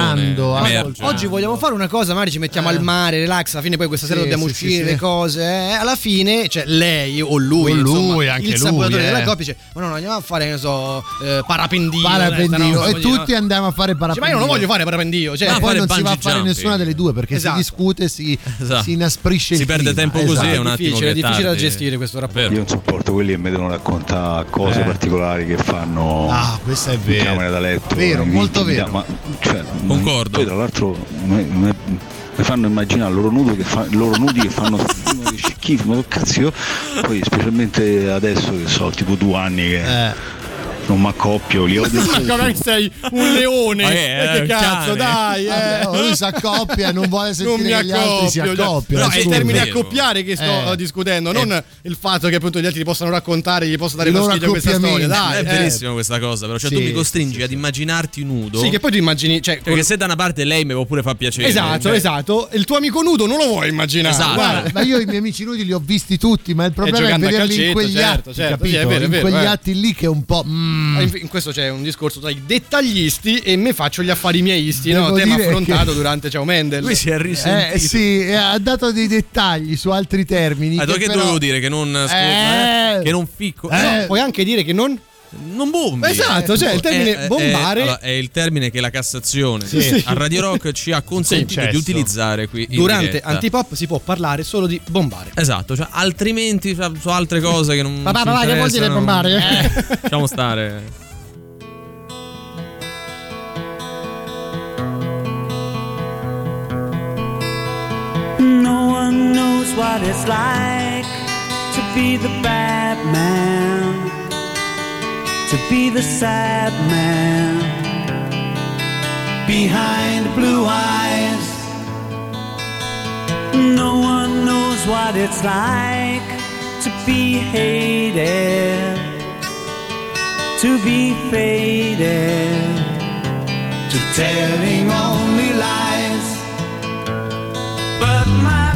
Oggi vogliamo fare una cosa, magari ci mettiamo al mare, relax, alla fine poi questa sera dobbiamo uscire le cose, alla fine, cioè lei o lui, insomma, anche il sabotatore della coppia dice: ma no, andiamo a fare, ne so, parapendio, e tutti andiamo a fare parapendio. Ma io non lo voglio fare parapendio, cioè, poi non si va a fare nessuna delle due, perché si discute, si inasprisce, si perde tempo così, è un attimo è difficile da gestire questo rapporto. Io non sopporto quelli che mi devono raccontare cose particolari che fanno questo è vero, in camera da letto, vero, molto vero, ma cioè, concordo. Poi tra l'altro mi fanno immaginare loro nudi che fanno schifo, ma cazzo, io poi specialmente adesso che so tipo 2 anni che non mi accoppio, li ho detto. Ma sei un leone, che cazzo, dai, lui si accoppia, non vuole sentire che gli altri si accoppiano. No, è il termine accoppiare che sto discutendo, non il fatto che appunto gli altri ti possano raccontare, gli possa dare fastidio questa storia. Dai, è verissimo questa cosa, però, cioè tu mi costringi ad immaginarti nudo. Sì, che poi tu immagini, cioè, perché se da una parte lei mi può pure far piacere. Esatto, il tuo amico nudo non lo vuoi immaginare. Guarda, ma io i miei amici nudi li ho visti tutti, ma il problema è vederli in quegli atti, capito? In quegli atti lì che è un po'. In questo c'è un discorso tra i dettaglisti e me faccio gli affari mieisti, no? Tema affrontato durante Ciao Mendel. Lui si è risentito. Sì, ha dato dei dettagli su altri termini. Che dovevo dire? Che non che non ficco. No, puoi anche dire che non bombi. Esatto, cioè il termine bombare è il termine che la Cassazione a Radio Rock ci ha consentito di utilizzare qui durante Antipop. Si può parlare solo di bombare. Esatto, cioè altrimenti su altre cose che non che vuol dire bombare? Lasciamo stare. No one knows what it's like to be the bad man, to be the sad man behind blue eyes. No one knows what it's like to be hated, to be faded, to telling only lies. But my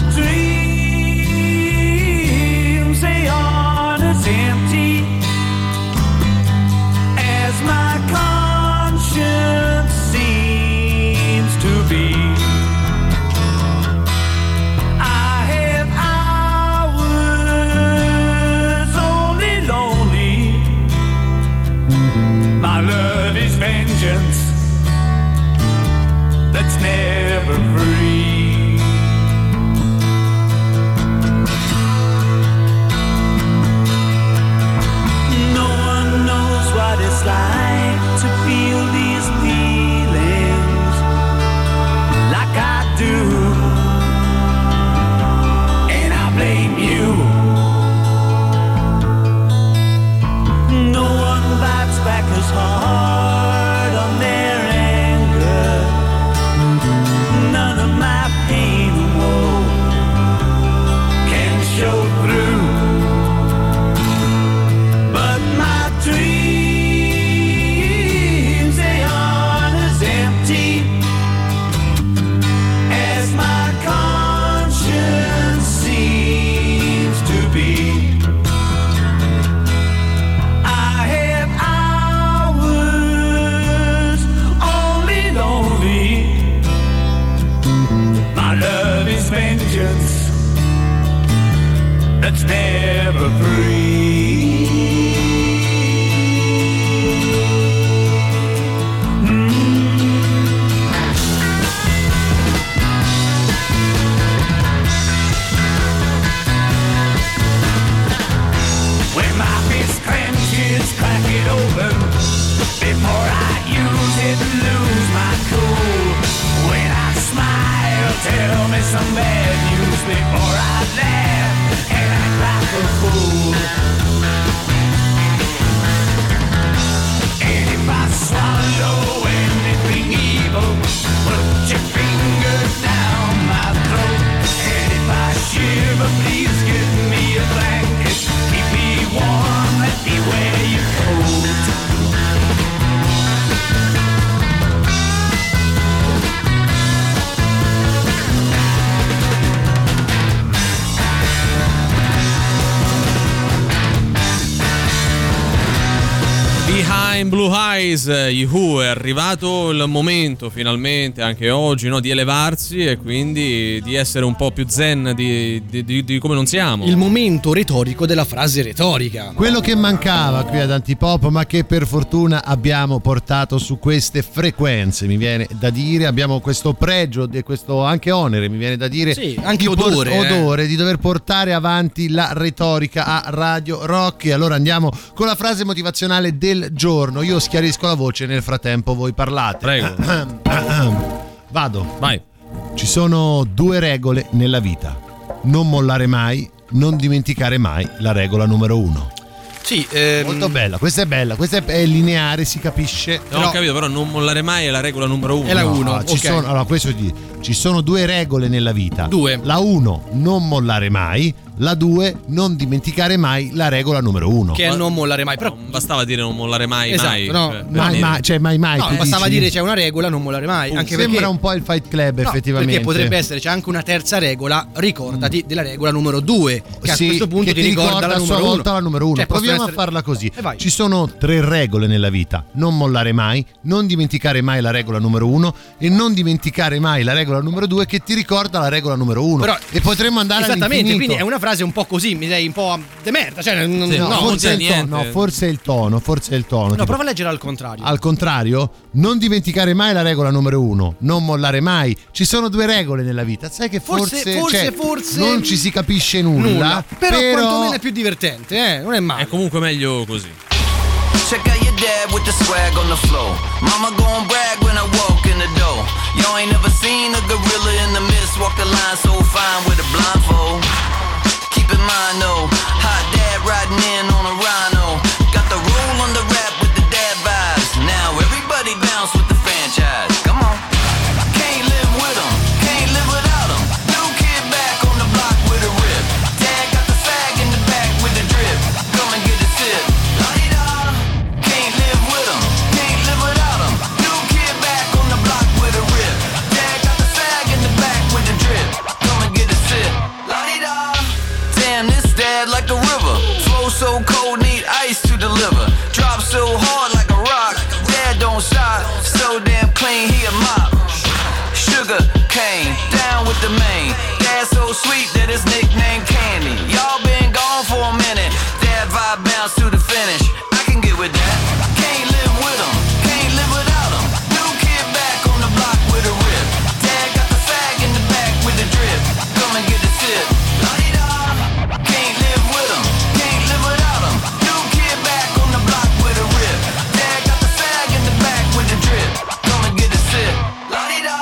dreams, they aren't as empty as my conscience seems to be. I have hours only lonely. My love is vengeance that's never free. It's like to feel these feelings like I do, and I blame you. No one bites back as hard on their anger. None of my pain and woe can show through, but my dreams, that's never free. When my fist clenches, crack it open before I use it, lose my cool. When I smile, tell me some bad news before I laugh and act like a fool. And if I swallow anything evil, Behind Blue Eyes, Who, è arrivato il momento finalmente anche oggi, no, di elevarsi e quindi di essere un po' più zen di come non siamo. Il momento retorico della frase retorica. Quello che mancava qui ad Antipop, ma che per fortuna abbiamo portato su queste frequenze, mi viene da dire, abbiamo questo pregio e questo anche onere, mi viene da dire, sì, anche odore di dover portare avanti la retorica a Radio Rock. E allora andiamo con la frase motivazionale del giorno. Io schiarisco la voce, nel frattempo voi parlate. Prego. Vado. Vai. Ci sono 2 regole nella vita: non mollare mai, non dimenticare mai la regola numero 1. Sì, molto bella, questa è lineare, si capisce. No, ho capito, però non mollare mai è la regola numero 1. È la 1. No, allora, questo ci sono 2 regole nella vita. 2. La 1, non mollare mai. La 2, non dimenticare mai la regola numero 1. Che è non mollare mai. Però non bastava dire non mollare mai, esatto, mai. No, mai. No, bastava dire c'è una regola, non mollare mai. Anche sembra perché, un po' il Fight Club, no, effettivamente. Perché potrebbe essere, c'è anche una terza regola, ricordati della regola numero 2, che sì, a questo punto ti ricorda la a sua volta la numero 1. Cioè, proviamo a farla così. Ci sono 3 regole nella vita: non mollare mai, non dimenticare mai la regola numero 1 e non dimenticare mai la regola numero 2, che ti ricorda la regola numero 1. Però, e potremmo andare esattamente, all'infinito. Quindi è una frase un po' così, mi sei un po' de merda, cioè forse è il tono. No, tipo, prova a leggere al contrario. Al contrario, non dimenticare mai la regola numero 1, non mollare mai. Ci sono 2 regole nella vita. Sai che forse non ci si capisce nulla. Però quantomeno è più divertente, non è male. È comunque meglio così. Check out your dad with the swag on the floor. Mama gon' brag when I walk in the door. Y'all ain't never seen a gorilla in the mist walk the line so fine with a blindfold. Keep in mind though, hot dad riding in on a rhino. Got the roll on the rap with the dad vibes. Now everybody bounce with the franchise. Come on. Can't live with them, can't live without them. New kid back on the block with a rip. Dad got the fag in the back with the drip. Come and get a sip. La-di-da. Can't live with them, can't live without them. New kid back on the block with a rip. Dad got the fag in the back with the drip. Come and get a sip. La-di-da. Damn, this dad like a river. Flow so cold, need ice to deliver. Drop so hard like a rock. Dad don't stop. So damn clean, he a mop. Sugar cane, down with the main. Dad so sweet that his nickname Candy. Y'all been gone for a minute. Dad vibe bounce to the finish. I can get with that. Can't live with him, can't live without him. New kid back on the block with a rip. Dad got the fag in the back with the drip. Come and get a sip. La-di-da. Can't live with him, can't live without him. New kid back on the block with a rip. Dad got the fag in the back with the drip. Come and get a sip. La-di-da.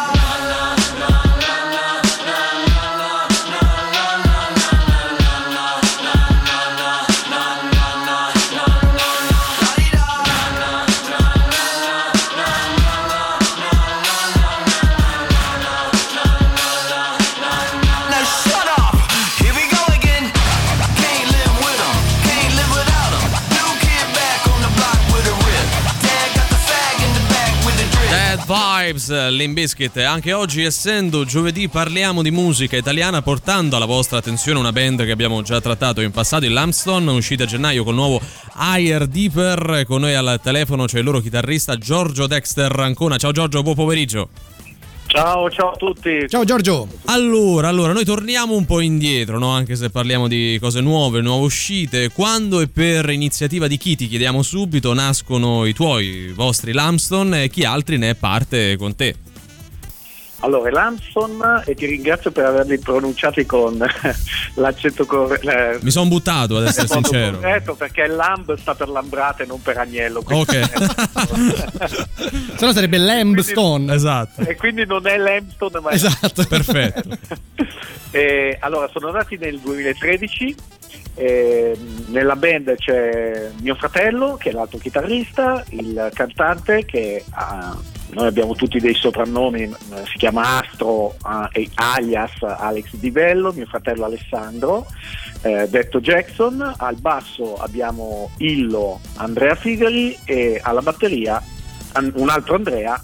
Now shut up. Here we go again. Can't live with 'em, can't live without 'em. New kid back on the block with a rip. Dad got the fag in the back with the drip. Bad Vibes, Limp Bizkit. Anche oggi, essendo giovedì, parliamo di musica italiana, portando alla vostra attenzione una band che abbiamo già trattato in passato, i Lambstone, uscita a gennaio col nuovo Higher Deeper. Con noi al telefono c'è il loro chitarrista Giorgio Dexter Ancona. Ciao Giorgio, buon pomeriggio. Ciao a tutti. Ciao Giorgio. Allora, noi torniamo un po' indietro, no? Anche se parliamo di cose nuove uscite. Quando e per iniziativa di chi, ti chiediamo subito, nascono i vostri Lambstone e chi altri ne è parte con te? Allora, Lamson, e ti ringrazio per averli pronunciati con l'accento corretto. Mi sono buttato, ad essere sincero. Corretto, perché Lamb sta per Lambrate, non per Agnello. Ok. Se no sarebbe Lambstone. Esatto. E quindi non è Lambstone, ma è esatto. Perfetto. Allora, sono nati nel 2013. Nella band c'è mio fratello, che è l'altro chitarrista, il cantante che noi abbiamo tutti dei soprannomi, si chiama Astro, alias Alex Di Bello, mio fratello Alessandro, detto Jackson. Al basso abbiamo Illo, Andrea Figari, e alla batteria un altro Andrea,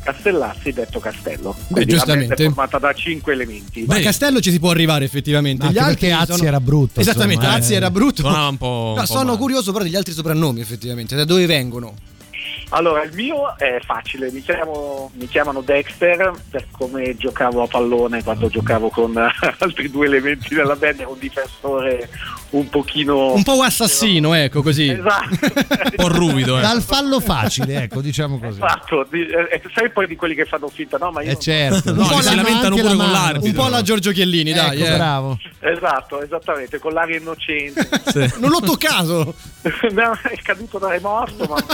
Castellazzi, detto Castello. Beh, giustamente. È formata da 5 elementi. Ma a Castello ci si può arrivare effettivamente. Gli altri perché Azzi era brutto. Esattamente, Azzi era brutto. Un po', sono male. curioso però degli altri soprannomi effettivamente, da dove vengono? Allora, il mio è facile, mi chiamano Dexter per come giocavo a pallone quando giocavo con altri 2 elementi della band, ero un difensore un pochino... Un po' assassino, ecco, così. Esatto. Un po' ruvido. Dal fallo facile, ecco, diciamo così. Esatto, sai poi di quelli che fanno finta, no? Ma io certo. Un po' si lamentano pure con l'arbitro. Un po' alla Giorgio Chiellini, dai. Bravo. Esatto, esattamente, con l'aria innocente. Sì. Non l'ho toccato. No, è caduto da remorso, ma...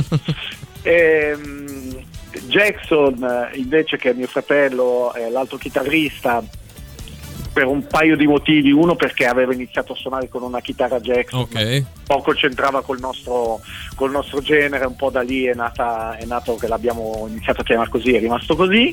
Jackson invece, che è mio fratello, è l'altro chitarrista, per un paio di motivi. Uno, perché aveva iniziato a suonare con una chitarra Jackson, poco c'entrava col nostro genere, un po' da lì è nato che l'abbiamo iniziato a chiamare così, è rimasto così.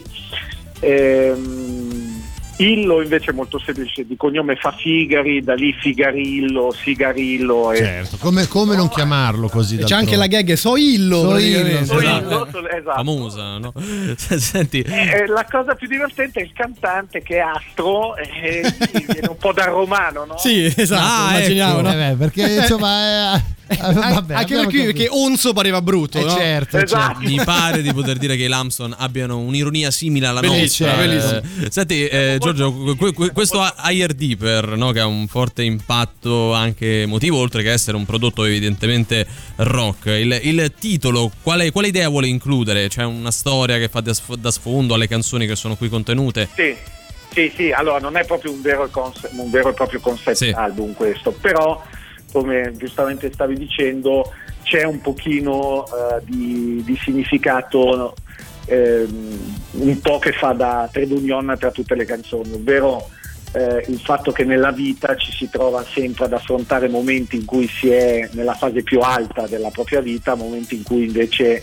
Illo invece è molto semplice, di cognome fa Figari, da lì Figarillo, Sigarillo. Certo, come non chiamarlo così? C'è anche la gag So Illo. Esatto. Famosa, no? Senti, la cosa più divertente è il cantante, che è Astro, e viene un po' dal romano, no? Sì, esatto, immaginiamo, ecco. no? Perché insomma vabbè, anche perché Onzo pareva brutto, no? Certo, esatto. Mi pare di poter dire che i Lamson abbiano un'ironia simile alla Bellissimo, nostra. bellissimo. Senti, Giorgio, questo Higher Deeper, no, che ha un forte impatto anche emotivo, oltre che essere un prodotto evidentemente rock, il titolo quale idea vuole includere? C'è una storia che fa da sfondo alle canzoni che sono qui contenute? Sì, allora non è proprio un vero e proprio concept album questo, però come giustamente stavi dicendo c'è un pochino di significato, un po' che fa da trade union tra tutte le canzoni, ovvero il fatto che nella vita ci si trova sempre ad affrontare momenti in cui si è nella fase più alta della propria vita, momenti in cui invece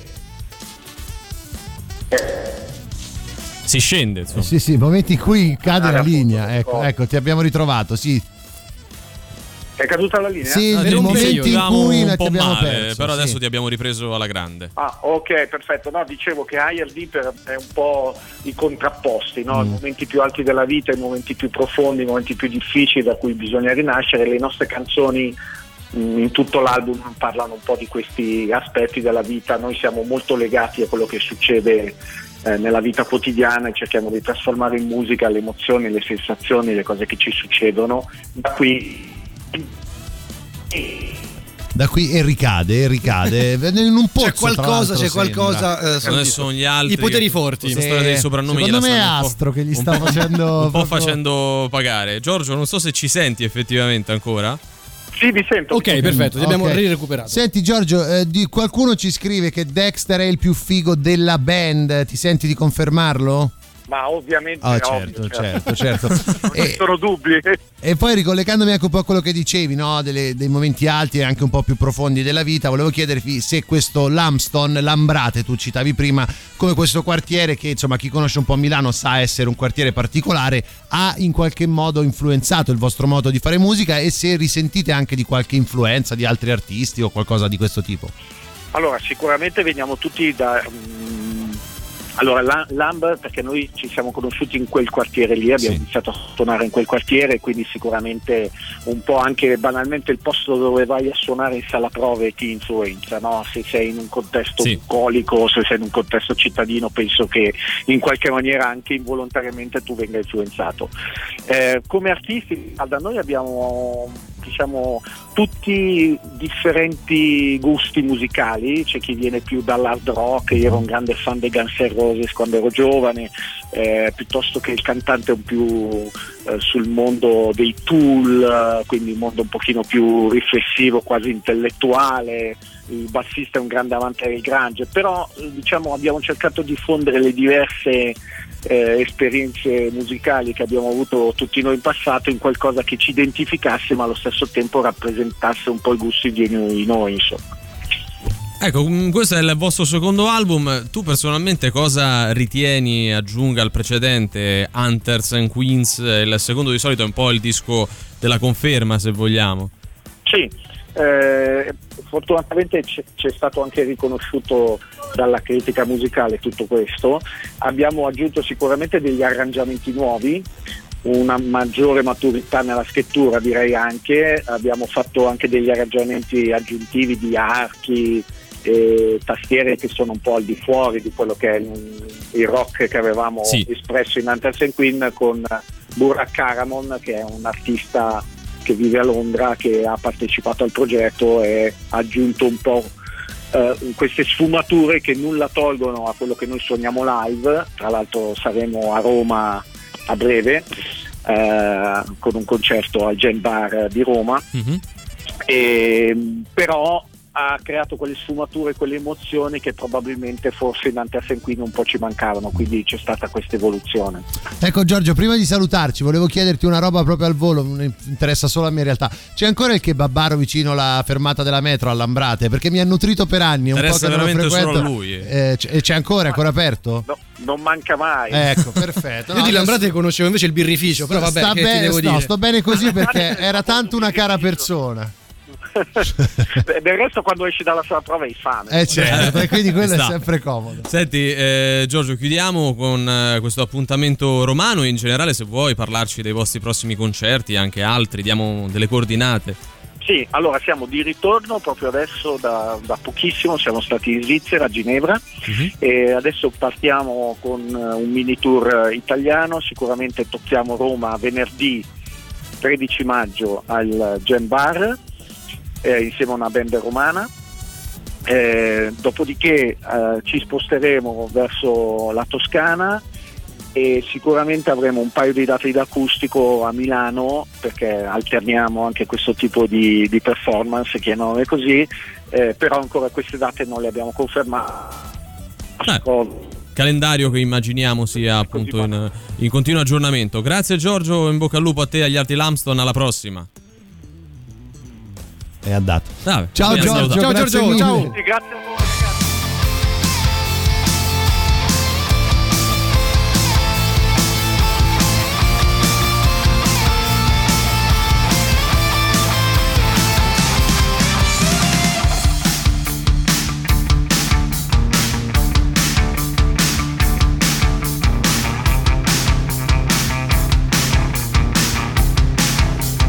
si scende, insomma. Sì, momenti in cui cade la linea. Ecco, ti abbiamo ritrovato, sì. È caduta la linea? Sì, nei momenti in cui un po' ti abbiamo male, perso, però adesso ti abbiamo ripreso alla grande. Ok, perfetto. No, dicevo che Higher Deeper è un po' i contrapposti, no? I momenti più alti della vita, i momenti più profondi, i momenti più difficili da cui bisogna rinascere. Le nostre canzoni in tutto l'album parlano un po' di questi aspetti della vita. Noi siamo molto legati a quello che succede nella vita quotidiana e cerchiamo di trasformare in musica le emozioni, le sensazioni, le cose che ci succedono. Da qui e ricade in un pozzo. C'è qualcosa sono gli altri, i poteri forti. Questa storia dei soprannomi secondo me è Astro che gli sta facendo un po' facendo pagare. Giorgio, non so se ci senti effettivamente ancora. Sì, vi sento. Ok, perfetto, ti abbiamo recuperato. Senti Giorgio, qualcuno ci scrive che Dexter è il più figo della band, ti senti di confermarlo? Ma ovviamente certo. Non ci sono dubbi. E poi ricollegandomi anche un po' a quello che dicevi, no? Dei momenti alti e anche un po' più profondi della vita, volevo chiedervi se questo Lambrate, tu citavi prima, come questo quartiere che insomma chi conosce un po' Milano sa essere un quartiere particolare, ha in qualche modo influenzato il vostro modo di fare musica e se risentite anche di qualche influenza di altri artisti o qualcosa di questo tipo. Allora, sicuramente veniamo tutti da... Allora, Lamb, perché noi ci siamo conosciuti in quel quartiere lì, abbiamo iniziato a suonare in quel quartiere, quindi sicuramente un po' anche banalmente il posto dove vai a suonare in sala prove ti influenza, no? Se sei in un contesto bucolico, se sei in un contesto cittadino, penso che in qualche maniera anche involontariamente tu venga influenzato. Come artisti, da noi abbiamo tutti differenti gusti musicali, c'è chi viene più dall'hard rock, io ero un grande fan dei Guns N' Roses quando ero giovane, piuttosto che il cantante un più sul mondo dei Tool, quindi un mondo un pochino più riflessivo, quasi intellettuale. Il bassista è un grande amante del grunge, però abbiamo cercato di fondere le diverse esperienze musicali che abbiamo avuto tutti noi in passato in qualcosa che ci identificasse ma allo stesso tempo rappresentasse un po' i gusti di noi, insomma. Ecco, questo è il vostro secondo album. Tu personalmente cosa ritieni aggiunga al precedente, Hunters and Queens? Il secondo di solito è un po' il disco della conferma, se vogliamo. Sì, fortunatamente c'è stato anche riconosciuto dalla critica musicale tutto questo. Abbiamo aggiunto sicuramente degli arrangiamenti nuovi, una maggiore maturità nella scrittura, direi anche. Abbiamo fatto anche degli arrangiamenti aggiuntivi di archi e tastiere che sono un po' al di fuori di quello che è il rock che avevamo espresso in Hunters and Queen, con Burak Karamon, che è un artista che vive a Londra, che ha partecipato al progetto e ha aggiunto un po' queste sfumature che nulla tolgono a quello che noi suoniamo live. Tra l'altro saremo a Roma a breve con un concerto al Gen Bar di Roma, però ha creato quelle sfumature, quelle emozioni che probabilmente forse in Hunters and Queen un po' ci mancavano, quindi c'è stata questa evoluzione. Ecco Giorgio, prima di salutarci volevo chiederti una roba proprio al volo, non interessa solo a me in realtà. C'è ancora il kebabaro vicino alla fermata della metro a Lambrate? Perché mi ha nutrito per anni, un po' che non lo frequento. Solo lui. C'è ancora, è ancora aperto? No, non manca mai. Ecco, perfetto. Io di Lambrate conoscevo invece il birrificio, però vabbè, sta che ti devo dire? Sto bene così perché era tanto una cara persona. Del resto quando esci dalla sua prova hai fame, certo, e quindi quello è sempre comodo. Senti Giorgio, chiudiamo con questo appuntamento romano. In generale, se vuoi parlarci dei vostri prossimi concerti, anche altri, diamo delle coordinate. Sì, allora siamo di ritorno proprio adesso, da pochissimo siamo stati in Svizzera, a Ginevra, e adesso partiamo con un mini tour italiano. Sicuramente tocchiamo Roma venerdì 13 maggio al Gen Bar, insieme a una band romana, dopodiché ci sposteremo verso la Toscana e sicuramente avremo un paio di date d'acustico a Milano, perché alterniamo anche questo tipo di performance, chiamiamole così, però ancora queste date non le abbiamo confermate. Calendario che immaginiamo sia appunto in continuo aggiornamento. Grazie Giorgio, in bocca al lupo a te e agli altri Lamston, alla prossima. È andato. Ciao Giorgio, ciao Giorgio, ciao. Grazie a voi.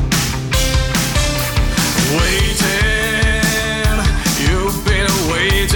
You've been waiting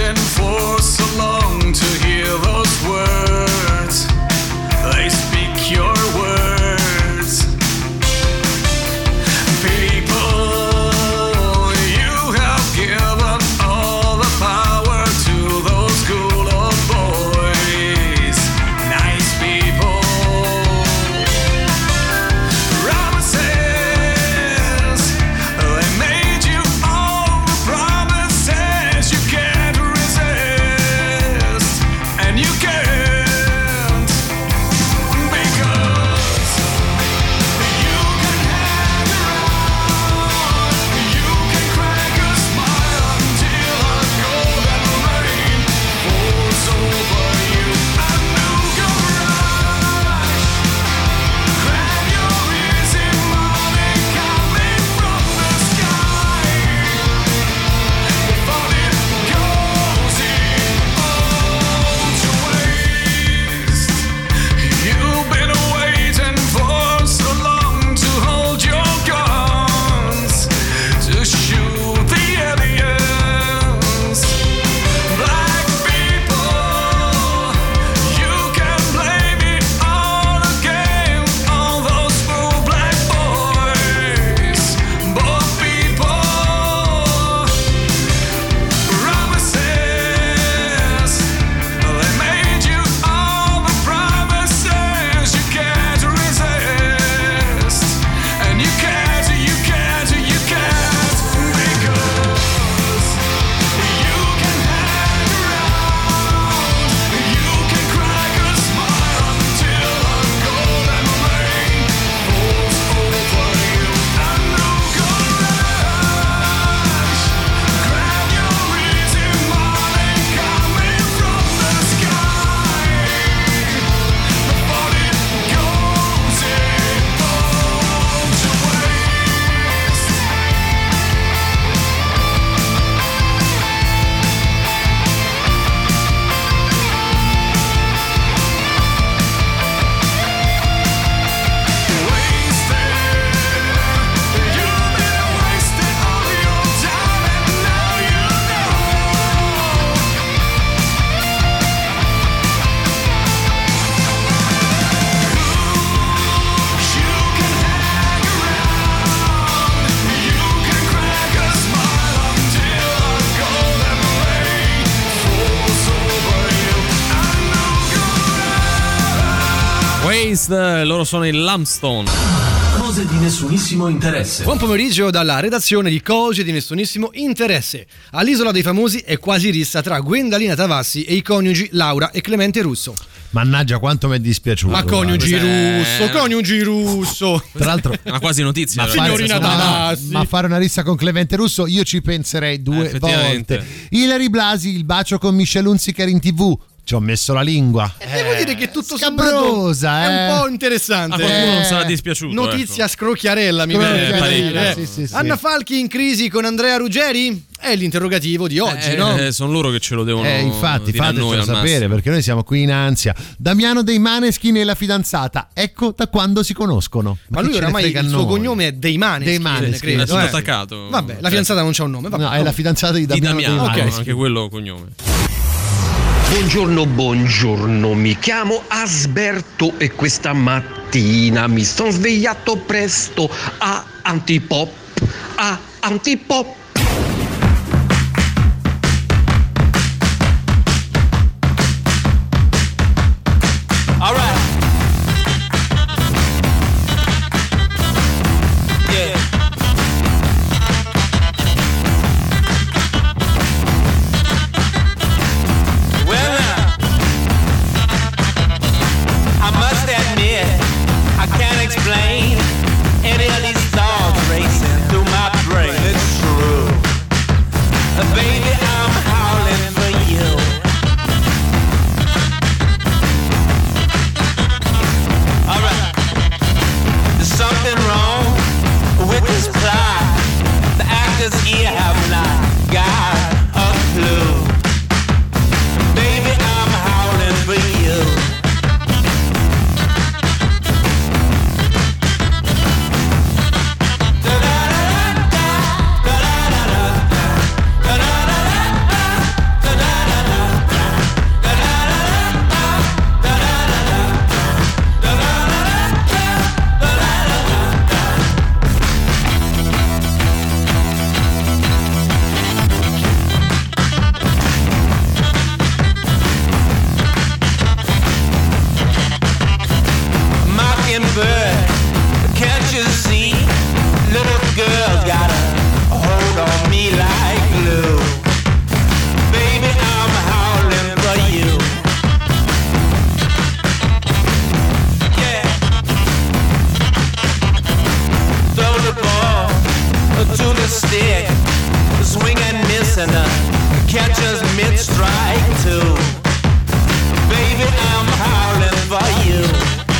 Waste, loro sono i Lumpstone. Cose di nessunissimo interesse. Buon pomeriggio dalla redazione di Cose di nessunissimo interesse. All'Isola dei Famosi è quasi rissa tra Gwendalina Tavassi e i coniugi Laura e Clemente Russo. Mannaggia quanto mi è dispiaciuto. Ma coniugi Russo. Tra l'altro una quasi notizia. Signorina Tavassi. Ma fare una rissa con Clemente Russo io ci penserei due volte. Ilary Blasi, il bacio con Michelle Hunziker in TV. Ci ho messo la lingua. Devo dire che tutto scabrosa, è un po' interessante. A qualcuno non sarà dispiaciuto. Notizia scrocchiarella, mi viene. Sì. Anna Falchi in crisi con Andrea Ruggeri? È l'interrogativo di oggi, no? Sono loro che ce lo devono infatti, dire a noi fatecelo sapere, massimo. perché noi siamo qui in ansia. Damiano dei Maneskin e la fidanzata, ecco da quando si conoscono. Ma lui oramai il suo cognome è dei Maneskin, credo. È tutto attaccato. Vabbè, la fidanzata non c'ha un nome. Vabbè, no, è la fidanzata di Damiano dei Maneskin. Okay. Anche quello cognome. Buongiorno, mi chiamo Asberto e questa mattina mi sono svegliato presto a Antipop. All right. Yeah. Well now, I must admit, I can't explain any of these thoughts racing through my brain. It's true. Baby, I'm howling for you. Alright, there's something wrong with this plot. The actors here have not got a clue. Baby, I'm howling for you. Mockingbird, can't you see? Little girl's got a hold on me like glue. Baby, I'm howling for you. Yeah. Throw the ball to the stick, swing and miss and catch us mid-strike too. Baby, I'm howling for you.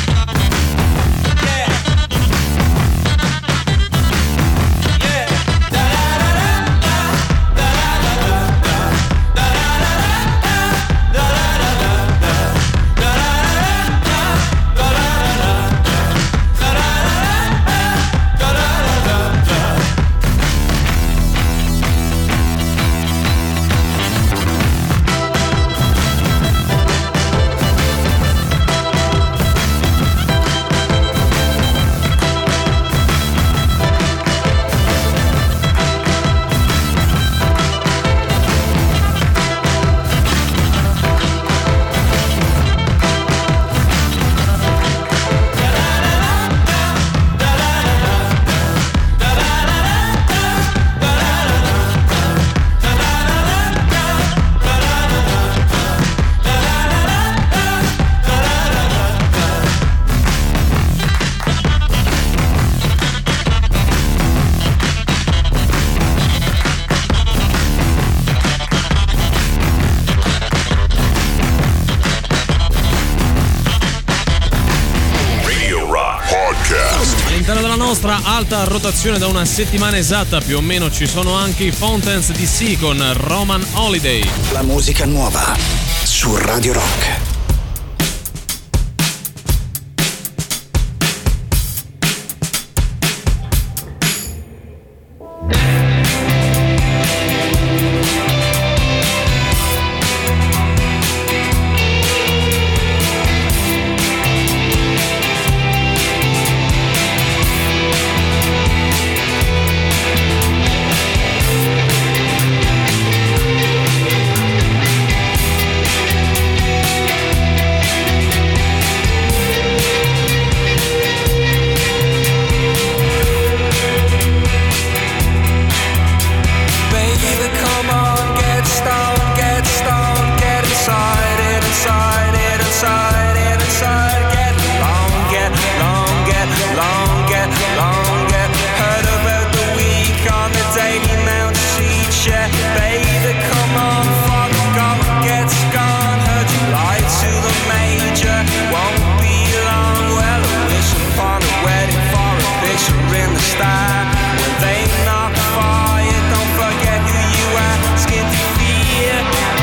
All'interno della nostra alta rotazione da una settimana esatta più o meno ci sono anche i Fountains DC con Roman Holiday. La musica nuova su Radio Rock. Thank Baby, come on, father, go and get gone. Heard you lie to the major. Won't be long. Well, I wish upon a wedding for a picture in the sky. When they knock fire, don't forget who you are. Skin to fear.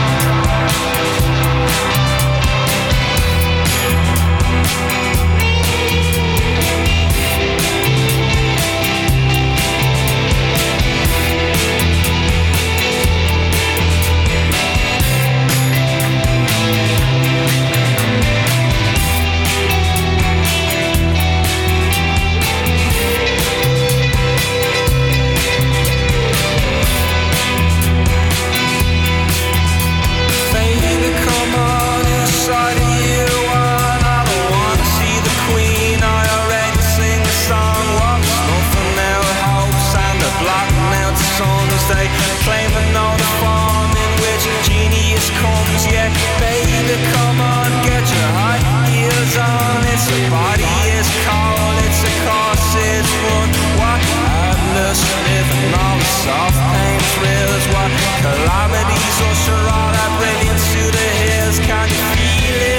They claim to know the form in which genius comes. Yeah, baby, come on, get your high heels on. It's a body, it's cold, it's a course, it's fun. What madness, living all the soft pain thrills. What calamities usher all that brilliance to the hills. Can you feel it?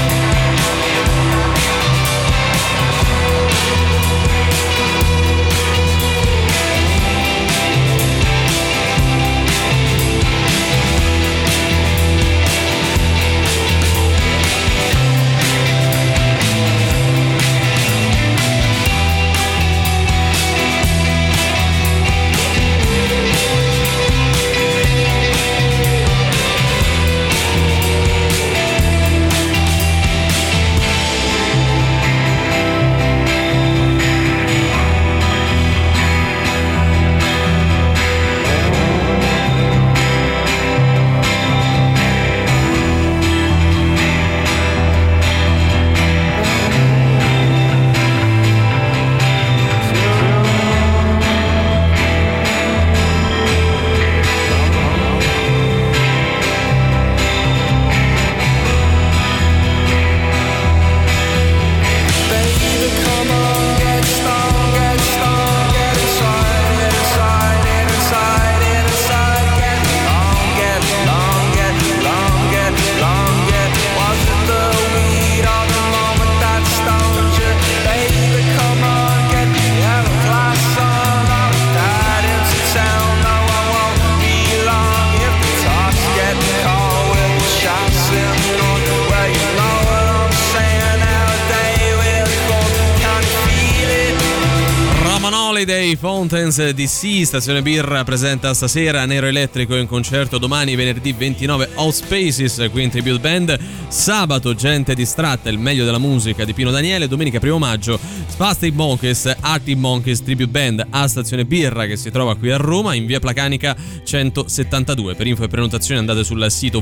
Holiday Fountains DC. Stazione Birra presenta stasera Nero Elettrico in concerto, domani venerdì 29 Outspaces qui in Tribute Band, sabato Gente Distratta, il meglio della musica di Pino Daniele, domenica 1 maggio Spastic Monkeys, Arctic Monkeys Tribute Band a Stazione Birra che si trova qui a Roma in via Placanica 172. Per info e prenotazioni andate sul sito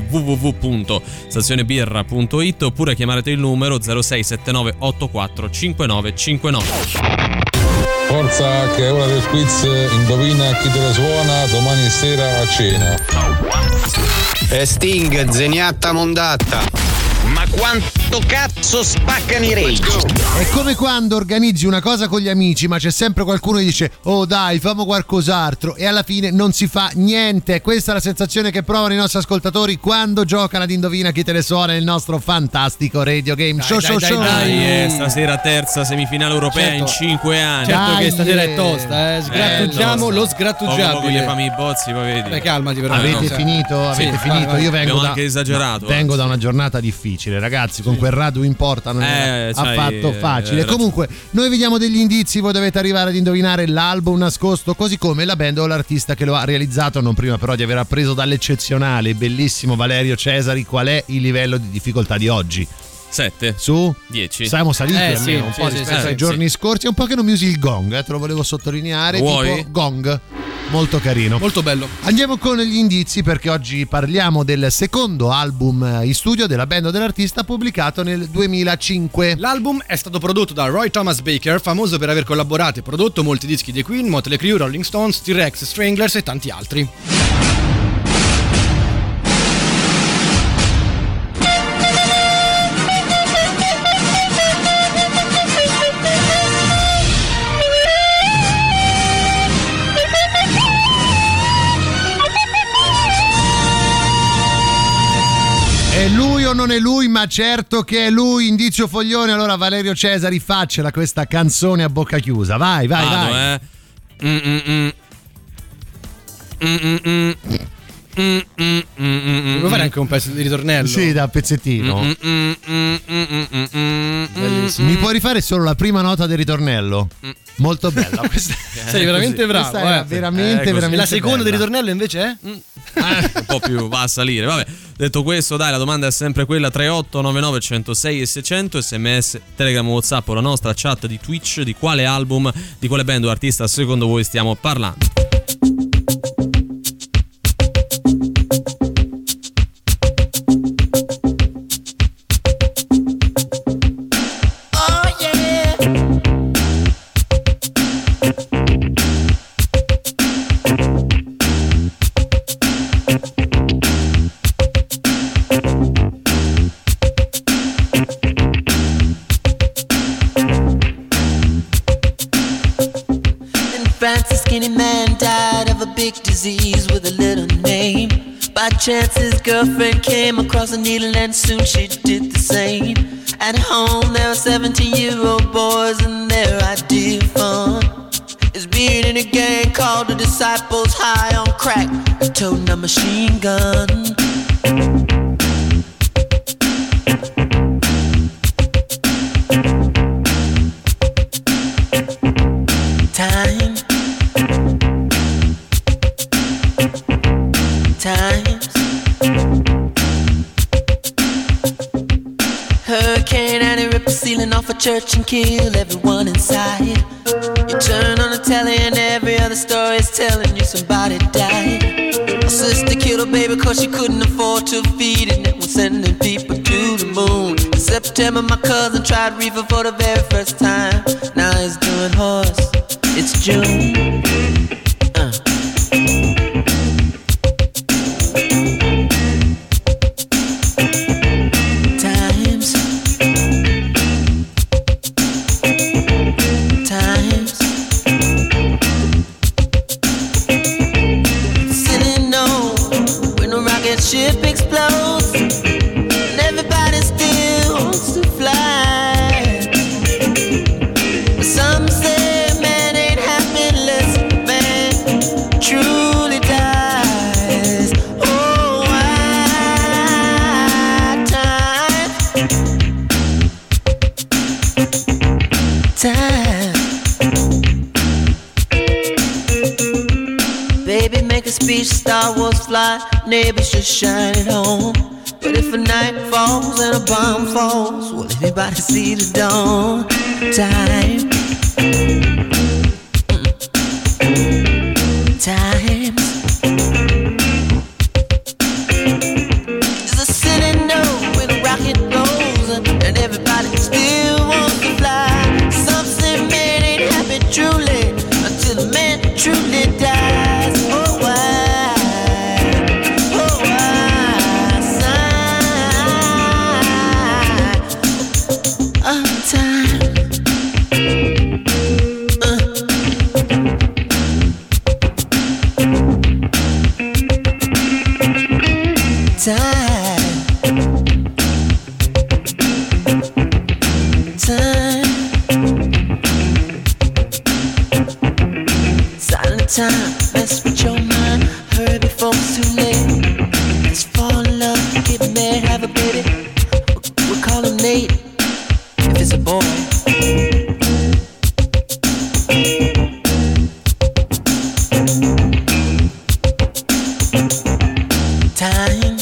www.stazionebirra.it oppure chiamate il numero 0679 84 5959. Forza che è ora del quiz, indovina chi te la suona domani sera a cena. Sting, Zeniatta Mondatta. Ma quanto cazzo spaccano i Rage? È come quando organizzi una cosa con gli amici, ma c'è sempre qualcuno che dice oh dai, famo qualcos'altro, e alla fine non si fa niente. Questa è la sensazione che provano i nostri ascoltatori quando giocano ad Indovina chi te le suona nel nostro fantastico radio game show. Dai, stasera terza semifinale europea, certo, in 5 anni. Certo che stasera è tosta, sgrattugiamo lo sgrattugiabile. Poco gli fami i bozzi, poi vedi. Beh, calmati però. Avete finito? Avete finito? Vai. Io vengo anche esagerato. Vengo da una giornata difficile, ragazzi, con quel Radu in porta non è affatto facile. Comunque noi vi diamo degli indizi, voi dovete arrivare ad indovinare l'album nascosto, così come la band o l'artista che lo ha realizzato, non prima però di aver appreso dall'eccezionale, bellissimo Valerio Cesari qual è il livello di difficoltà di oggi. 7 su 10. Siamo saliti almeno un po' rispetto ai giorni scorsi. È un po' che non mi usi il gong, te lo volevo sottolineare. Vuoi? Tipo gong. Molto carino, molto bello. Andiamo con gli indizi, perché oggi parliamo del secondo album in studio della band o dell'artista, pubblicato nel 2005. L'album è stato prodotto da Roy Thomas Baker, famoso per aver collaborato e prodotto molti dischi di Queen, Motley Crue, Rolling Stones, T-Rex, Stranglers e tanti altri. o non è lui, ma certo che è lui, Indizio Foglione. Allora Valerio Cesari, faccela questa canzone a bocca chiusa. Vai. Vado. Puoi fare anche un pezzo di ritornello? Sì, da pezzettino. Bellissimo. Mi puoi rifare solo la prima nota del ritornello? Molto bella questa. Sei veramente bravo. Questa era veramente la seconda bella. del ritornello invece è? Un po' più va a salire. Vabbè, detto questo, dai, la domanda è sempre quella: 3899 106 e 600, SMS, Telegram, WhatsApp o la nostra chat di Twitch. Di quale album, di quale band o artista secondo voi stiamo parlando? Disease with a little name. By chance his girlfriend came across a needle and soon she did the same. At home there were 17-year-old boys and their idea of fun is being in a gang called the Disciples, high on crack and toting a machine gun. Times. Hurricane and it ripped the ceiling off a church and killed everyone inside. You turn on the telly and every other story is telling you somebody died. A sister killed her baby cause she couldn't afford to feed it and was sending people to the moon. In September my cousin tried reefer for the very first time. Now he's doing horse. It's June. Ship explodes and everybody still wants to fly. But some say man ain't happy unless man truly dies. Oh, why time. Baby, make a speech, Star Wars fly. Neighbors just shine it home. But if a night falls and a bomb falls, will anybody see the dawn? Time. Times. Does the city know when a rocket goes and everybody still wants to fly? Some say man ain't happy truly until the man truly dies. Oh, why? Time, mess with your mind. Hurry before it's too late. Let's fall in love, get married, have a baby. We'll call him Nate if it's a boy. Time.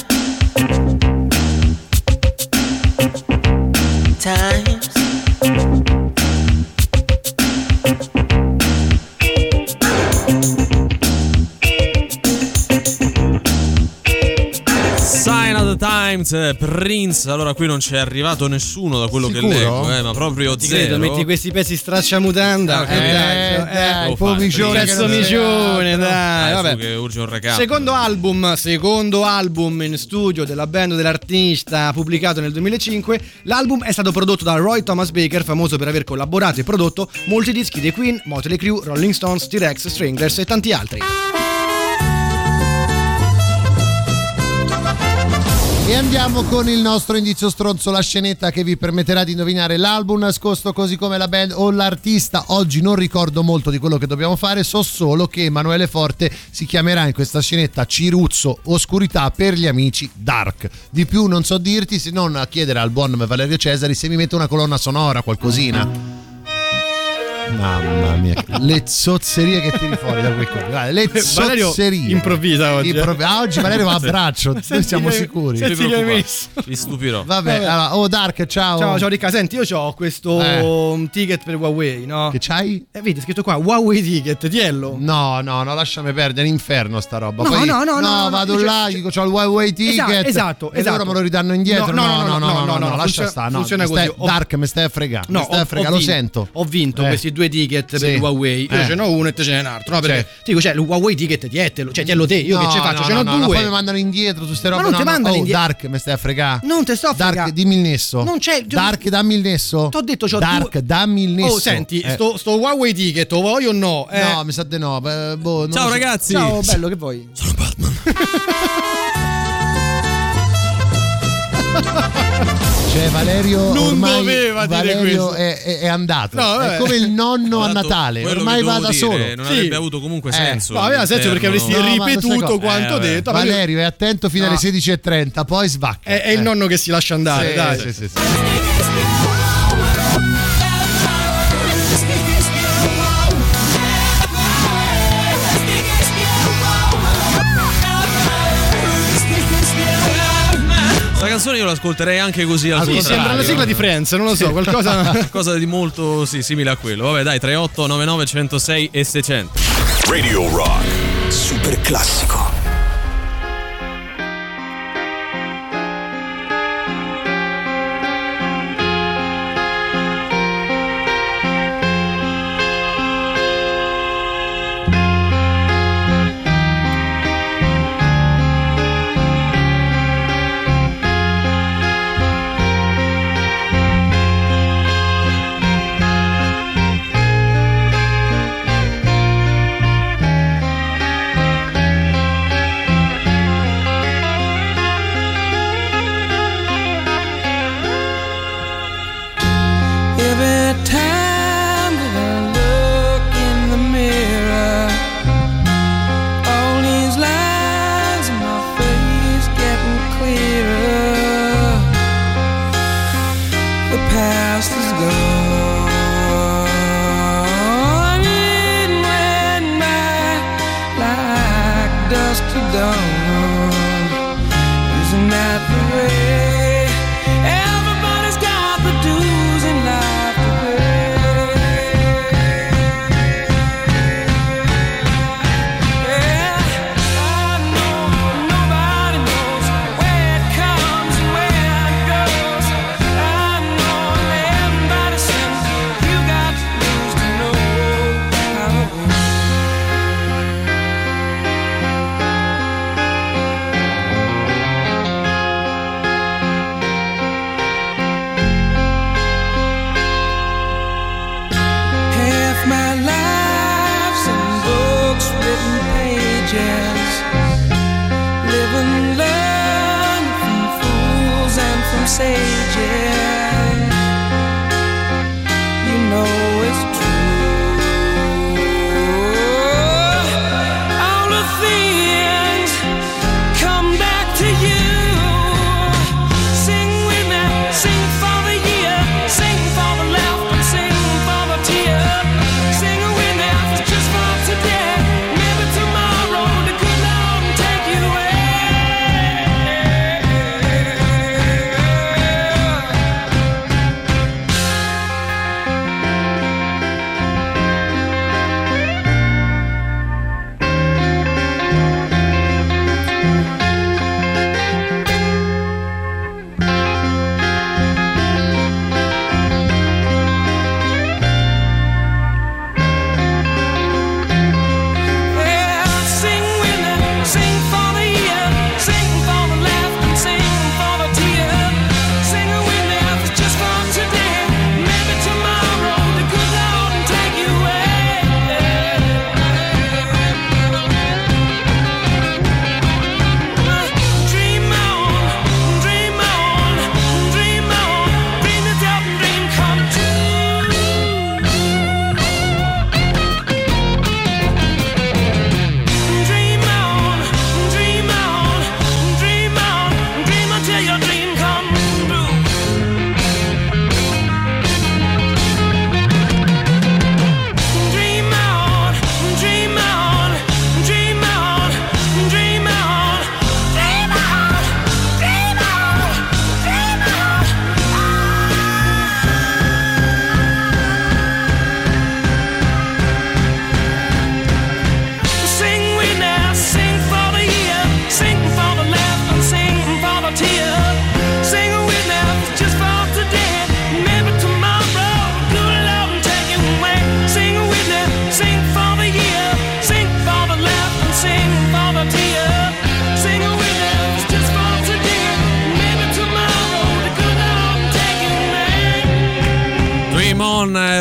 Times. Times, Prince. Allora qui non c'è arrivato nessuno da quello Sicuro? che leggo, ma proprio ti zero. Credo, metti questi pezzi stracciamutanda. Dai, un po' micione, pezzo micione, dai. Vabbè. Che urge un recap. Secondo album in studio della band dell'artista, pubblicato nel 2005. L'album è stato prodotto da Roy Thomas Baker, famoso per aver collaborato e prodotto molti dischi dei Queen, Motley Crue, Rolling Stones, T-Rex, Stranglers e tanti altri. E andiamo con il nostro indizio stronzo, la scenetta che vi permetterà di indovinare l'album nascosto così come la band o l'artista. Oggi non ricordo molto di quello che dobbiamo fare, so solo che Emanuele Forte si chiamerà in questa scenetta Ciruzzo Oscurità per gli amici Dark. Di più non so dirti, se non a chiedere al buon Valerio Cesari se mi mette una colonna sonora, qualcosina. Mamma mia, le zozzerie che tiri fuori da quei corpi. Guarda, le zozzerie. Improvvisa oggi. Oggi Valerio va a braccio, noi siamo sicuri. Vi stupirò. Vabbè. Allora, Dark, ciao. Ciao Ricca, senti, io ho questo ticket per Huawei, no? Che c'hai? Vedi, è scritto qua Huawei ticket, tiello. No, lasciami perdere, è un inferno sta roba. No, Poi, no, vado là, dico c'ho il Huawei ticket. Esatto. E loro me lo ridanno indietro. No, lascia stare. Funziona così. Dark, mi stai a fregare. Lo sento. Ho vinto questi 2 ticket per il Huawei. Io ce n'ho uno e te ce n'è un altro. No, perché ti dico, il Huawei ticket dietelo te. Io che ce faccio? Ce n'ho 2. Poi mi mandano indietro su ste robe. Ma non ti mandano indietro. Dark, mi stai a fregare. Non te sto a fregare. Dark, dimmi il nesso. Non c'è. Dark, dammi il nesso. T'ho detto c'ho Dark, dammi il nesso. Oh, senti, sto Huawei ticket, lo voglio o no? No, mi sa di no. Ciao ragazzi. Ciao, bello, che vuoi? Sono Batman. Cioè Valerio non ormai doveva dire Valerio questo. è andato, è come il nonno a Natale, ormai va da solo. Non avrebbe avuto comunque senso. No, aveva senso perché avresti ripetuto quanto detto. Valerio è attento fino alle 16:30, poi svacca. È il nonno che si lascia andare, dai. Sì. Questa canzone io l'ascolterei anche così al contrario. Sembra la sigla di Friends, non lo so, qualcosa di molto simile a quello. Vabbè, dai, 38 99 106 e 600. Radio Rock. Super classico.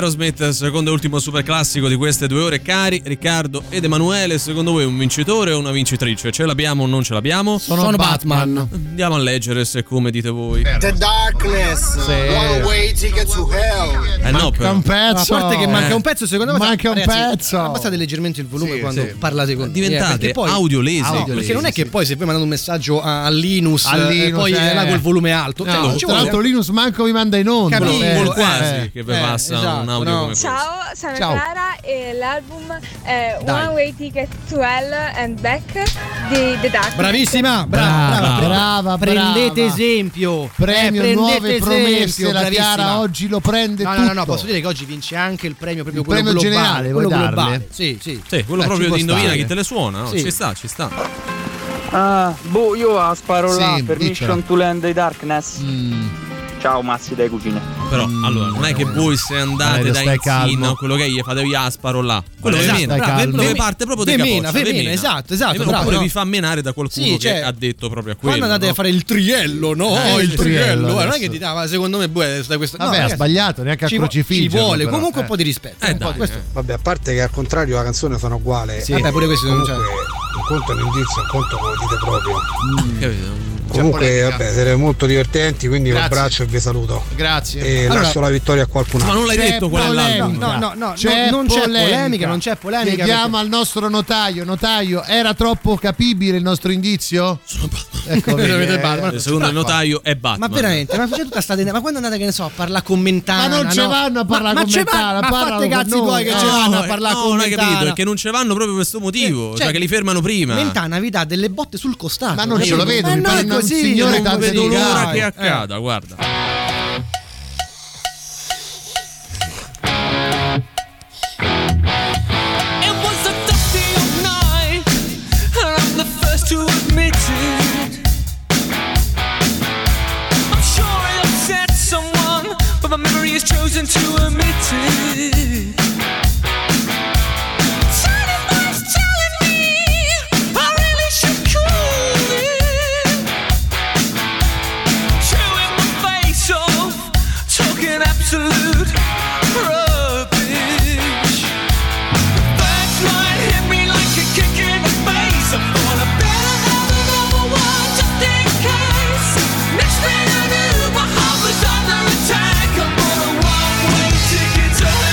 Aerosmith, secondo e ultimo super classico di queste 2 ore. Cari Riccardo ed Emanuele, secondo voi un vincitore o una vincitrice? Ce l'abbiamo o non ce l'abbiamo? Sono Batman. Andiamo a leggere se come dite voi. The Darkness, One Way Ticket to Hell. Manca un pezzo. A parte che manca un pezzo, secondo me manca un pezzo. Abbassate leggermente il volume quando parlate con diventate poi, audiolesi. Perché non è che poi se poi mandate un messaggio a Linus, poi là col volume alto. No, tra l'altro Linus manco mi manda in onda. Quasi che vi passa un audio come questo. Ciao, sono Clara e l'album è One Way Ticket to Hell and Back di The Dark. Bravissima, brava. Prendete esempio. Premio Nuove Promesse. La Chiara oggi lo prende tutto. No, posso dire che oggi vince anche il premio proprio quello globale, generale, quello vuoi globale. darle? Sì, quello proprio di indovina chi te le suona, no? Ci sta. Io sparo là per dicela. Mission to Land the Darkness. Ciao Massi dai cucine. Però allora non è che voi se andate da Inzino, quello che gli fate io sparo là, quello dove parte proprio da Femina, esatto, oppure vi fa menare da qualcuno che ha detto proprio a quello. Quando andate a fare il triello, il triello, non è che dite ma secondo me questo vabbè, ha sbagliato, neanche a crocifiggere. Ci vuole comunque un po' di rispetto. Vabbè, a parte che al contrario la canzone sono uguale. Vabbè, pure questo comunque un conto è un indizio, un conto lo dite proprio. Comunque vabbè, siete molto divertenti, quindi vi abbraccio e vi saluto. Grazie. E lascio la vittoria a qualcun altro. Ma non l'hai detto qual è l'altro? No, non c'è polemica, non c'è polemica. Chiediamo al nostro notaio, era troppo capibile il nostro indizio? Ecco, secondo il notaio è Batman. Ma veramente, ma tutta ma quando andate che ne so a parlare con Mentana? Ma non ci vanno a parlare con Mentana, ma fate cazzi tuoi che ci vanno a parlare con Mentana. Non hai capito, è che non ci vanno proprio per questo motivo, cioè che li fermano prima. Mentana vi dà delle botte sul costato. Ma non ce lo vedo, mi pare un signore non vedo l'ora che accada, guarda. It was a dusty old night, and I'm the first to admit it. I'm sure I upset someone, but my memory has chosen to omit it. Absolute rubbish. That might hit me like a kick in the face. I thought I better have another one just in case. Next thing I knew, my heart was under attack. I bought a one-way ticket to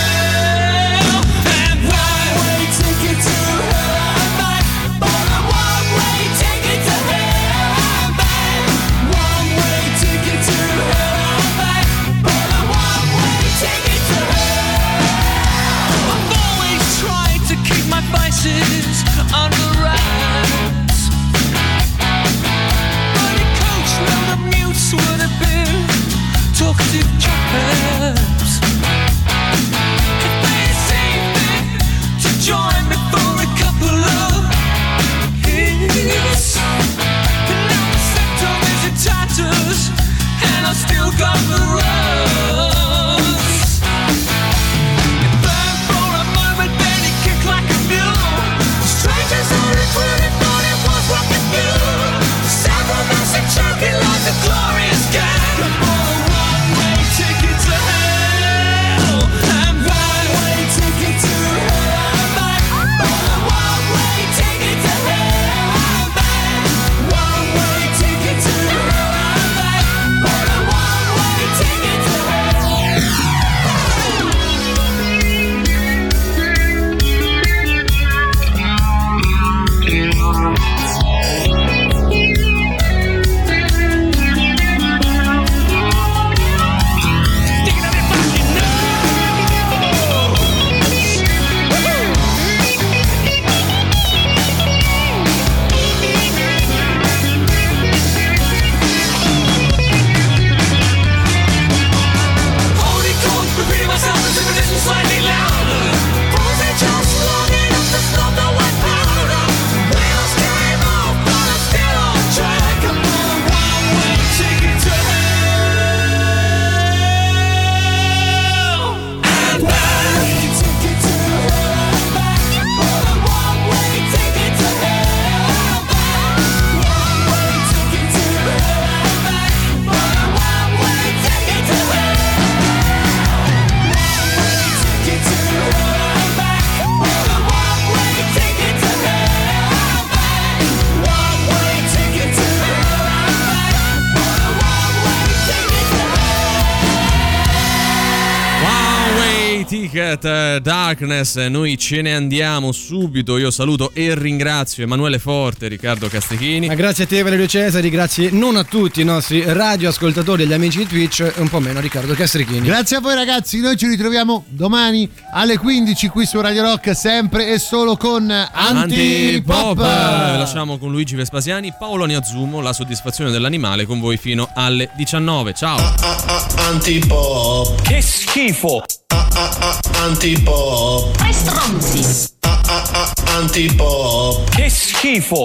Naked Darkness. Noi ce ne andiamo subito. Io saluto e ringrazio Emanuele Forte e Riccardo Castechini. Ma grazie a te Valerio Cesari, grazie non a tutti i nostri radioascoltatori e gli amici di Twitch e un po' meno a Riccardo Castechini. Grazie a voi ragazzi, noi ci ritroviamo domani alle 15 qui su Radio Rock, sempre e solo con Antipop. Lasciamo con Luigi Vespasiani, Paolo Niazzumo, La soddisfazione dell'animale, con voi fino alle 19. Ciao. Antipop. Che schifo. Antipop. Tre stronzi. Antipop. Che schifo.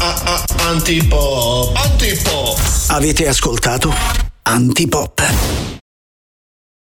Antipop. Antipop. Avete ascoltato Antipop.